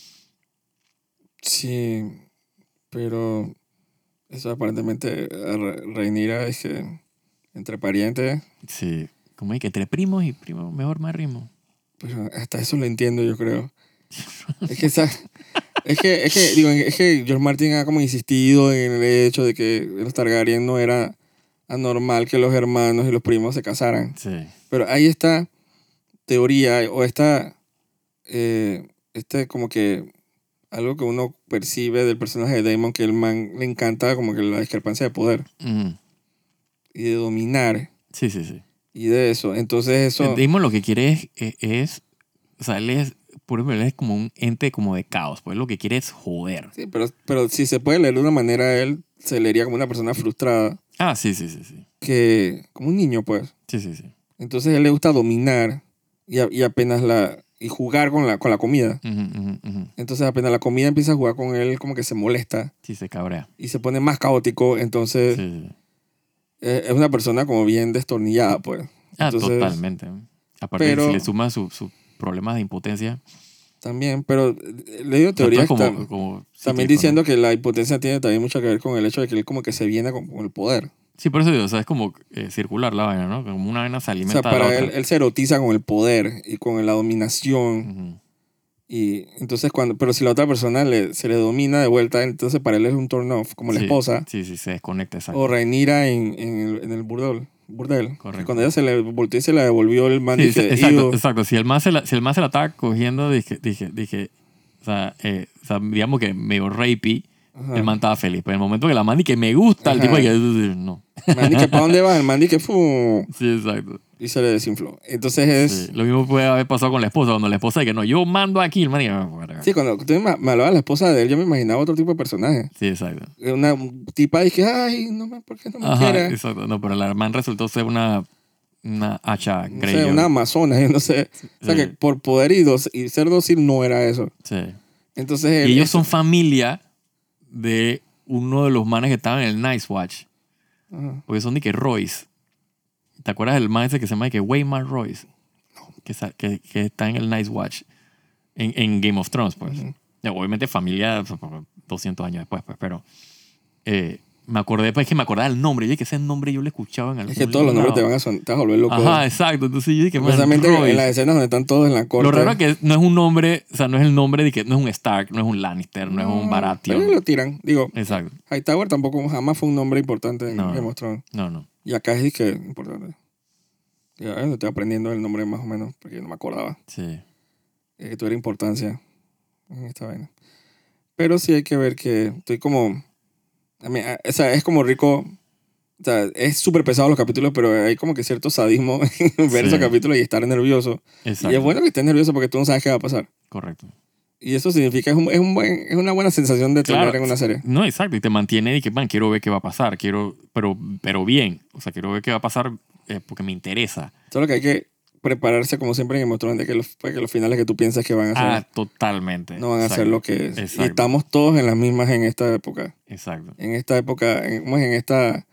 Sí, pero eso aparentemente a Re- Rhaenyra es que entre parientes, Sí. Como es que entre primos y primos, mejor más ritmo. pues hasta eso lo entiendo yo creo. Es que esa, es que, es que, digo, es que George Martin ha como insistido en el hecho de que los Targaryen no era anormal que los hermanos y los primos se casaran. Sí. Pero hay esta teoría o esta, eh, este como que algo que uno percibe del personaje de Daemon, que el man le encanta como que la discrepancia de poder Ujú. y de dominar Sí, sí, sí. y de eso. Entonces eso... Damon lo que quiere es, es, es- o sea, él es, por ejemplo, él es como un ente como de caos, pues él lo que quiere es joder. Sí, pero, pero si se puede leer de una manera, él se leería como una persona frustrada, Ah, sí, sí, sí, sí. que como un niño, pues. Sí, sí, sí. Entonces a él le gusta dominar y, a- y apenas la... y jugar con la, con la comida. Ujú, ujú, ujú. Entonces apenas la comida empieza a jugar con él, como que se molesta Sí, se cabrea. y se pone más caótico. Entonces Sí, sí. eh, es una persona como bien destornillada, pues. Ah, Entonces, totalmente. Aparte, pero- si le suma sus su problemas de impotencia, También, pero eh, le digo o sea, todo teorías es como, tam- como también cíclico, diciendo ¿no? que la impotencia tiene también mucho que ver con el hecho de que él como que se viene con, con el poder. Sí, por eso digo, o sea, es como eh, circular la vaina, ¿no? Como una vaina se O alimenta sea, de la para otra. él, él se erotiza con el poder y con la dominación. Ujú. Y entonces cuando, pero si la otra persona le, se le domina de vuelta, entonces para él es un turn off, como la Sí, esposa Sí, sí, se desconecta, exacto. o Rhaenyra en, en el, en el burdel. Burdel. Correcto. Que cuando ella se le volteó y se la devolvió el man, Sí, dije, exacto, "Ew". exacto. Si el más se la, si el más se la estaba cogiendo, dije, dije, dije, o sea, eh, o sea, digamos que medio rapey, Ajá. el man estaba feliz. Pero en el momento que la man y que me gusta, el Ajá. tipo que no. Man, dije, ¿para dónde vas? El man dije, fu. Sí, exacto. Y se le desinfló. Entonces es... Sí, lo mismo puede haber pasado con la esposa. Cuando la esposa dice que no, yo mando aquí, el man. Y, bueno, Sí, cuando tú me, me hablabas de la esposa de él, yo me imaginaba otro tipo de personaje. sí, exacto. Una tipa y que, ay, no me, ¿por qué no me Ajá, quiere? exacto. No, pero la man resultó ser una, una hacha No Greyjoy. sé, una amazona, yo no sé. O sea, Sí. que por poder y, dos, y ser dócil no era eso. Sí. Entonces él... Y ellos eso- son familia de uno de los manes que estaban en el Nice Watch. Ajá. Porque son de que Royce. ¿Te acuerdas del man ese que se llama de que Waymar Royce? Que, sa- que, que está en el Nice Watch. En, en Game of Thrones, pues. Ujú. Ya, obviamente familia doscientos años después, pues. Pero eh, me acordé, pues que me acordaba el nombre. Yo dije que ese nombre yo lo escuchaba en algún Es que todos los nombres te van a, son, te vas a volver loco. Ajá, exacto. Entonces yo dije, man, Precisamente Royce. en las escenas donde están todos en la corte. Lo raro es que no es un nombre, o sea, no es el nombre de que no es un Stark, no es un Lannister, no, es un Baratheon. Pero lo tiran. Digo, Exacto. Hightower tampoco jamás fue un nombre importante en No. Game of Thrones. No, no. Y acá es que importante. Ya, eh, estoy aprendiendo el nombre más o menos, porque yo no me acordaba. Sí. Es que tuviera importancia en esta vaina. Pero sí hay que ver que estoy como... a mí, a- o sea, es como rico... O sea, es súper pesado los capítulos, pero hay como que cierto sadismo en ver Sí. esos capítulos y estar nervioso. Exacto. Y es bueno que estés nervioso porque tú no sabes qué va a pasar. Correcto. Y eso significa, es, un, es, un buen, es una buena sensación de tener Claro. en una serie. No, exacto. Y te mantiene y que, man, quiero ver qué va a pasar. Quiero, pero, pero bien. O sea, quiero ver qué va a pasar eh, porque me interesa. Solo que hay que prepararse, como siempre en Game of Thrones, de que los, pues, que los finales que tú piensas que van a ser Ah, totalmente. no van a Exacto. ser lo que es. Exacto. Y estamos todos en las mismas en esta época. Exacto. En esta época, en, ¿cómo es? En esta,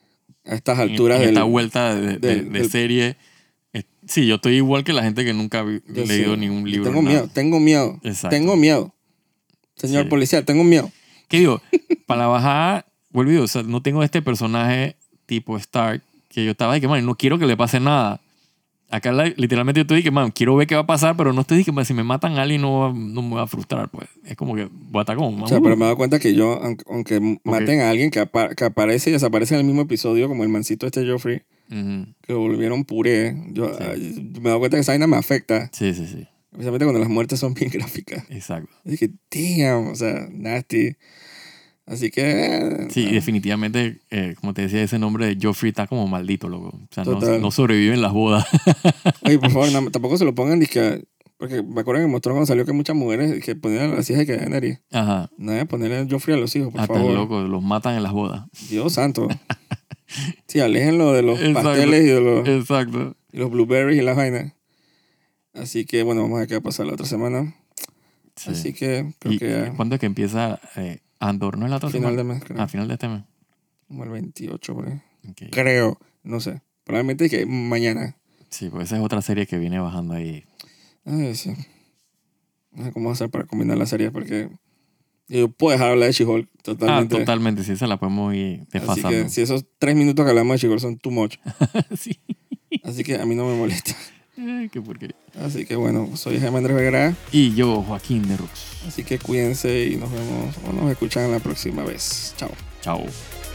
a estas En- alturas en esta del... vuelta de, de- del- de del- serie. eh, Sí, yo estoy igual que la gente que nunca ha vi- yo leído sé. ningún Y libro. Tengo nada. miedo, tengo miedo. Exacto. Tengo miedo. Señor Sí. policía, tengo miedo. ¿Qué digo? Para la bajada, vuelvo y digo, o sea, no tengo este personaje tipo Stark que yo estaba de que, man, no quiero que le pase nada. Acá la- literalmente yo estoy de que, man, quiero ver qué va a pasar, pero no estoy de que, man, si me matan a alguien no, va- no me va a frustrar, pues. Es como que voy a estar como, man, O sea, uh. pero me he dado cuenta que yo, aunque, aunque maten a alguien que, apa- que aparece y desaparece en el mismo episodio, como el mancito este Joffrey, Ujú. que lo volvieron puré, yo, Sí. ay, me he dado cuenta que esa vaina me afecta. Sí, sí, sí. Especialmente cuando las muertes son bien gráficas. Exacto. Es que, damn, o sea, nasty. Así que... eh, Sí, y no. definitivamente, eh, como te decía, ese nombre de Joffrey está como maldito, loco. O sea, no, Total. no sobrevive en las bodas. Oye, por favor, no, tampoco se lo pongan disque... Porque me acuerdo que mostró cuando salió que muchas mujeres que ponían a las hijas de Daenerys. Ajá. No es ponerle a Joffrey a los hijos, por Hasta favor. loco, los matan en las bodas. Dios santo. Sí, aléjenlo de los Exacto. pasteles y de los, Exacto. y los blueberries y las vainas. Así que, bueno, vamos a ver qué va a pasar la otra semana. Sí. Así que creo ¿Y que ya, cuándo es que empieza eh, Andor? ¿No es la otra final de semana? mes, creo. A final de este mes. Como el veintiocho, por ahí. Ok. Creo, no sé. Probablemente que mañana. Sí, pues esa es otra serie que viene bajando ahí. Ay, sí. No sé cómo hacer para combinar las series porque yo puedo dejar hablar de She-Hulk totalmente. Ah, totalmente. Sí, esa la podemos ir Así desfasando. que si esos tres minutos que hablamos de She-Hulk son too much. sí. Así que a mí no me molesta. Ay, qué porquería. Así que bueno, soy Jaime Andrés Vergara. Y yo, Joaquín de Rux. Así que cuídense y nos vemos o nos escuchan la próxima vez. Chao. Chao.